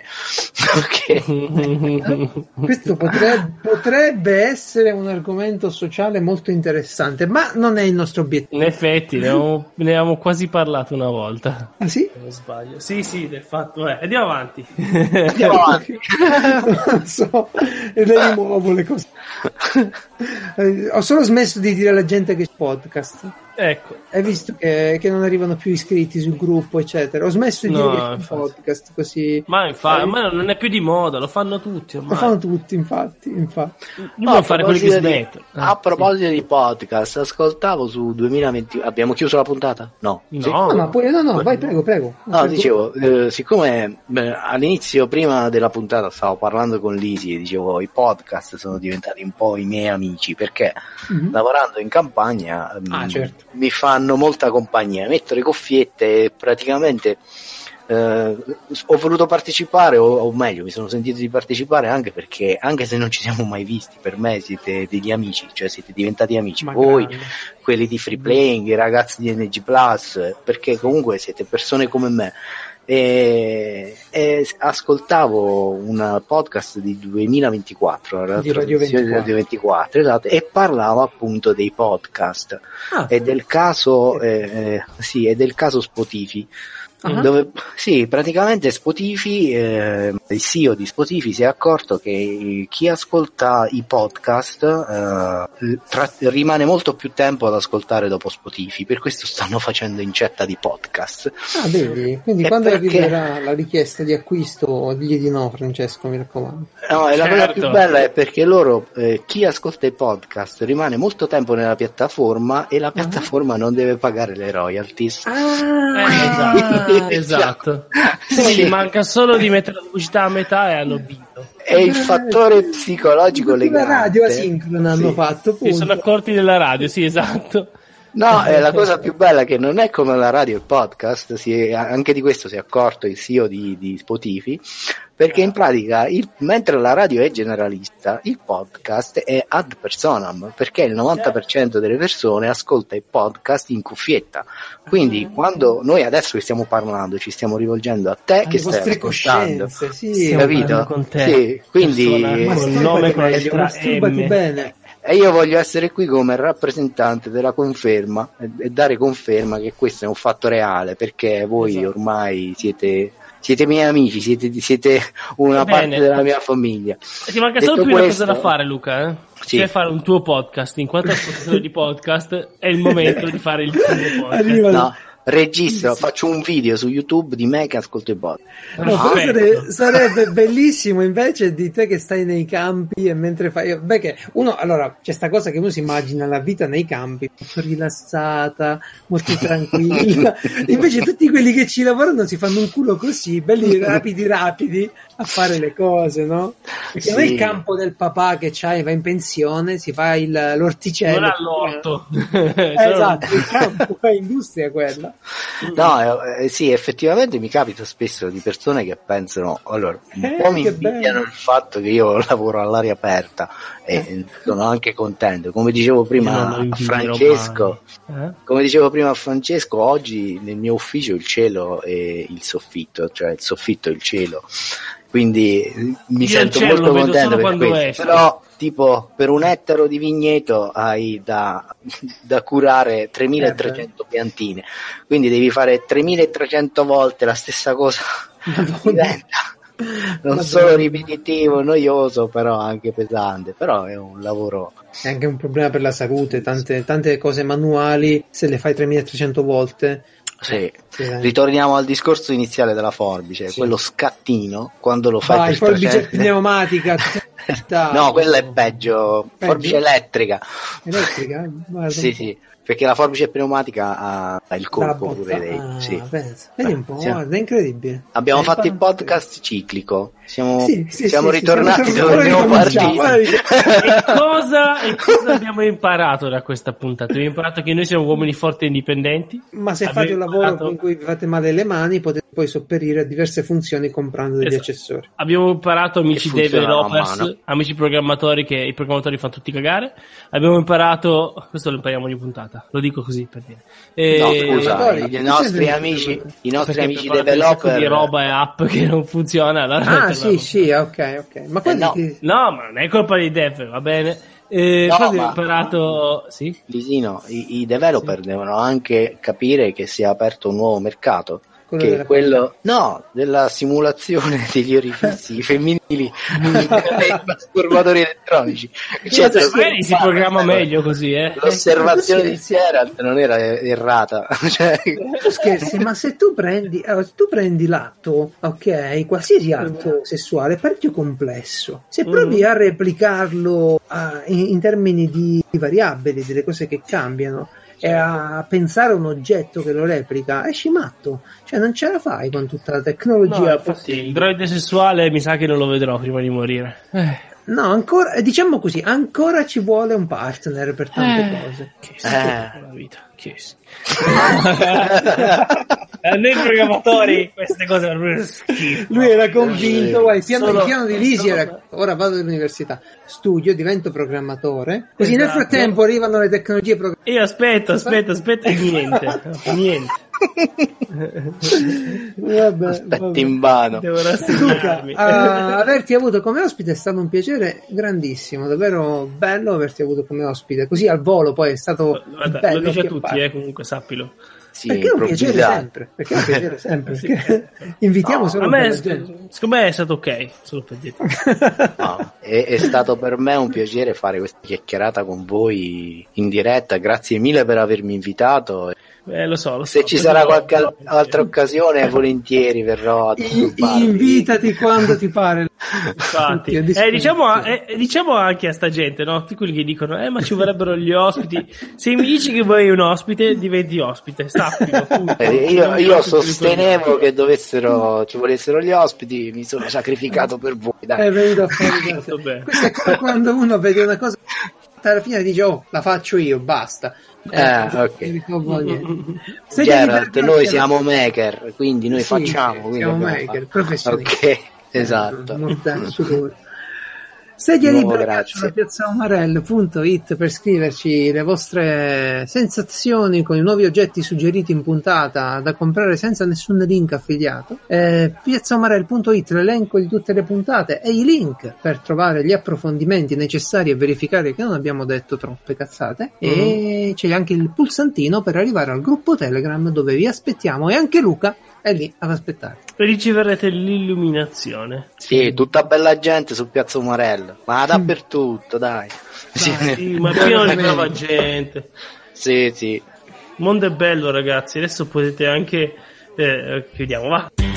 Questo potrebbe essere un argomento sociale molto interessante, ma non è il nostro obiettivo. In effetti, ne avevamo quasi parlato una volta. Ah sì? Se non sbaglio. Sì, del fatto è. Andiamo avanti. Non so, e le rimuovo le cose. Ho solo smesso di dire alla gente che c'è podcast. Ecco. Hai visto che non arrivano più iscritti sul gruppo, eccetera. Ho smesso di dire che c'è un podcast così. Ma non è più di moda, lo fanno tutti ormai. Lo fanno tutti, infatti. Devono fare quelli che smettono. A proposito di podcast, ascoltavo su 2020. Abbiamo chiuso la puntata? No. Sì? No, vai, prego. No, dicevo, siccome all'inizio, prima della puntata, stavo parlando con Lisi e dicevo i podcast sono diventati un po' i miei amici, perché lavorando in campagna certo. mi fanno molta compagnia, metto le cuffiette e praticamente ho voluto partecipare, o meglio mi sono sentito di partecipare, anche perché anche se non ci siamo mai visti, per me siete degli amici, cioè siete diventati amici. Voi, quelli di Free Playing, i ragazzi di NG Plus, perché comunque siete persone come me e ascoltavo un podcast di 2024, di Radio 24, esatto, e parlava appunto dei podcast e del caso Spotify. Dove, sì, praticamente Spotify, il CEO di Spotify si è accorto che chi ascolta i podcast rimane molto più tempo ad ascoltare dopo Spotify, per questo stanno facendo incetta di podcast. Vedi? Quindi quando arriverà la richiesta di acquisto, digli di no, Francesco, mi raccomando. No, e la cosa più bella è perché loro, chi ascolta i podcast rimane molto tempo nella piattaforma e la piattaforma non deve pagare le royalties. Esatto. Sì. Gli manca solo di mettere la pubblicità a metà e hanno vinto. È il fattore psicologico legale. La radio asincrona hanno fatto. Si sono accorti della radio, sì, esatto. No, la cosa più bella è che non è come la radio e il podcast, anche di questo si è accorto il CEO di Spotify, perché in pratica mentre la radio è generalista, il podcast è ad personam, perché il 90% delle persone ascolta i podcast in cuffietta. Quindi quando noi adesso che stiamo parlando ci stiamo rivolgendo a te che stai ascoltando, capito? Con te, sì, quindi il nome con la lettera M. Bene. E io voglio essere qui come rappresentante della conferma e dare conferma che questo è un fatto reale, perché voi ormai siete miei amici, siete una parte della mia famiglia. Ti manca solo più una cosa da fare, Luca, Sì. Cioè fare un tuo podcast. In quanto ascoltatore di podcast è il momento di fare il tuo podcast. No, registro, faccio un video su YouTube di me che ascolto i bot. No, sarebbe bellissimo invece di te che stai nei campi e mentre fai, perché allora c'è sta cosa che uno si immagina la vita nei campi molto rilassata, molto tranquilla, invece tutti quelli che ci lavorano si fanno un culo così, belli rapidi a fare le cose, no? Perché non è il campo del papà che c'hai, va in pensione, si fa l'orticello, non all'orto. Esatto, il campo è industria quella. No, sì, effettivamente mi capita spesso di persone che pensano, allora, un po' mi invidiano il fatto che io lavoro all'aria aperta e sono anche contento. Come dicevo prima a Francesco, oggi nel mio ufficio il cielo è il soffitto, cioè il soffitto è il cielo. Quindi mi sento molto contento per questo. Però tipo per un ettaro di vigneto hai da curare 3300 piantine, quindi devi fare 3300 volte la stessa cosa. Diventa non solo ripetitivo, noioso, però anche pesante, però è un lavoro. È anche un problema per la salute, tante cose manuali se le fai 3300 volte. Sì. Ritorniamo al discorso iniziale della forbice, quello scattino quando lo fai per forbice pneumatica. No, quella è peggio. Forbice elettrica. Guarda. Sì, perché la forbice pneumatica ha il colpo pure lei. Sì. Vedi un po', guarda, è incredibile. Abbiamo fatto il podcast ciclico. Siamo ritornati dove abbiamo partito. E cosa abbiamo imparato da questa puntata? Abbiamo imparato che noi siamo uomini forti e indipendenti. Ma se fate un lavoro in cui vi fate male le mani, potete poi sopperire a diverse funzioni comprando degli accessori. Abbiamo imparato, amici developers, amici programmatori, che i programmatori fanno tutti cagare. Abbiamo imparato, questo lo impariamo ogni puntata, lo dico così per dire. No, scusa, i nostri amici developer di roba e app che non funziona, allora sì, ok. Ma no, ma non è colpa dei dev, va bene. Abbiamo imparato, sì? Lisino, i developer devono anche capire che si è aperto un nuovo mercato. Che è quello della simulazione degli orifici femminili nei masturbatori elettronici. Si programma meglio così, L'osservazione di Geralt non era errata. Scherzi, ma se tu prendi l'atto, ok, qualsiasi atto sessuale è parecchio complesso. Se provi a replicarlo in termini di variabili, delle cose che cambiano, e a pensare a un oggetto che lo replica, esci matto, cioè non ce la fai con tutta la tecnologia il droide sessuale mi sa che non lo vedrò prima di morire. No, ancora, diciamo così, ancora ci vuole un partner per tante cose. La vita. Noi programmatori queste cose lui era convinto, il piano di Lisi era: ora vado all'università, studio, divento programmatore, così nel frattempo arrivano le tecnologie io aspetto e niente. Vabbè, Aspetti in vano. Devo Luca, rassegnarmi. averti avuto come ospite è stato un piacere grandissimo, davvero bello averti avuto come ospite, così al volo poi è stato Guarda, bello. lo dice a che tutti, parli. comunque sappilo. Sì, Perché è un piacere improvvisati. sempre, perché invitiamo solo A bella me, gente. secondo me è stato ok, solo per dire. No, è stato per me un piacere fare questa chiacchierata con voi in diretta, grazie mille per avermi invitato. Lo so. Se ci sarà qualche altra occasione, volentieri verrò a disturbarvi. Invitati quando ti pare. Infatti, Tutti a diciamo anche a sta gente, no? Tutti quelli che dicono ma ci vorrebbero gli ospiti. Se mi dici che vuoi un ospite, diventi ospite, sappilo. Punto. Io sostenevo che ci volessero gli ospiti, mi sono sacrificato per voi, dai. È venuto a fare Molto bene. questo è come quando uno vede una cosa alla fine dice la faccio io, basta. Ok. Se Geralt, devi noi siamo maker, quindi noi Sì, facciamo. Quindi siamo dobbiamo maker, fare. professionisti. Ok, esatto. Mortale, sicuro. Sedia No, libera grazie. piazzaomarel.it per scriverci le vostre sensazioni con i nuovi oggetti suggeriti in puntata da comprare senza nessun link affiliato. Piazzaomarel.it, l'elenco di tutte le puntate e i link per trovare gli approfondimenti necessari e verificare che non abbiamo detto troppe cazzate. E c'è anche il pulsantino per arrivare al gruppo Telegram dove vi aspettiamo, e anche Luca è lì ad aspettare. Riceverete l'illuminazione. Sì, tutta bella gente su Piazza Umarella, ma dappertutto, dai. Sì, ma pieno di brava gente. Sì, sì. Il mondo è bello, ragazzi. Adesso potete anche chiudiamo, va.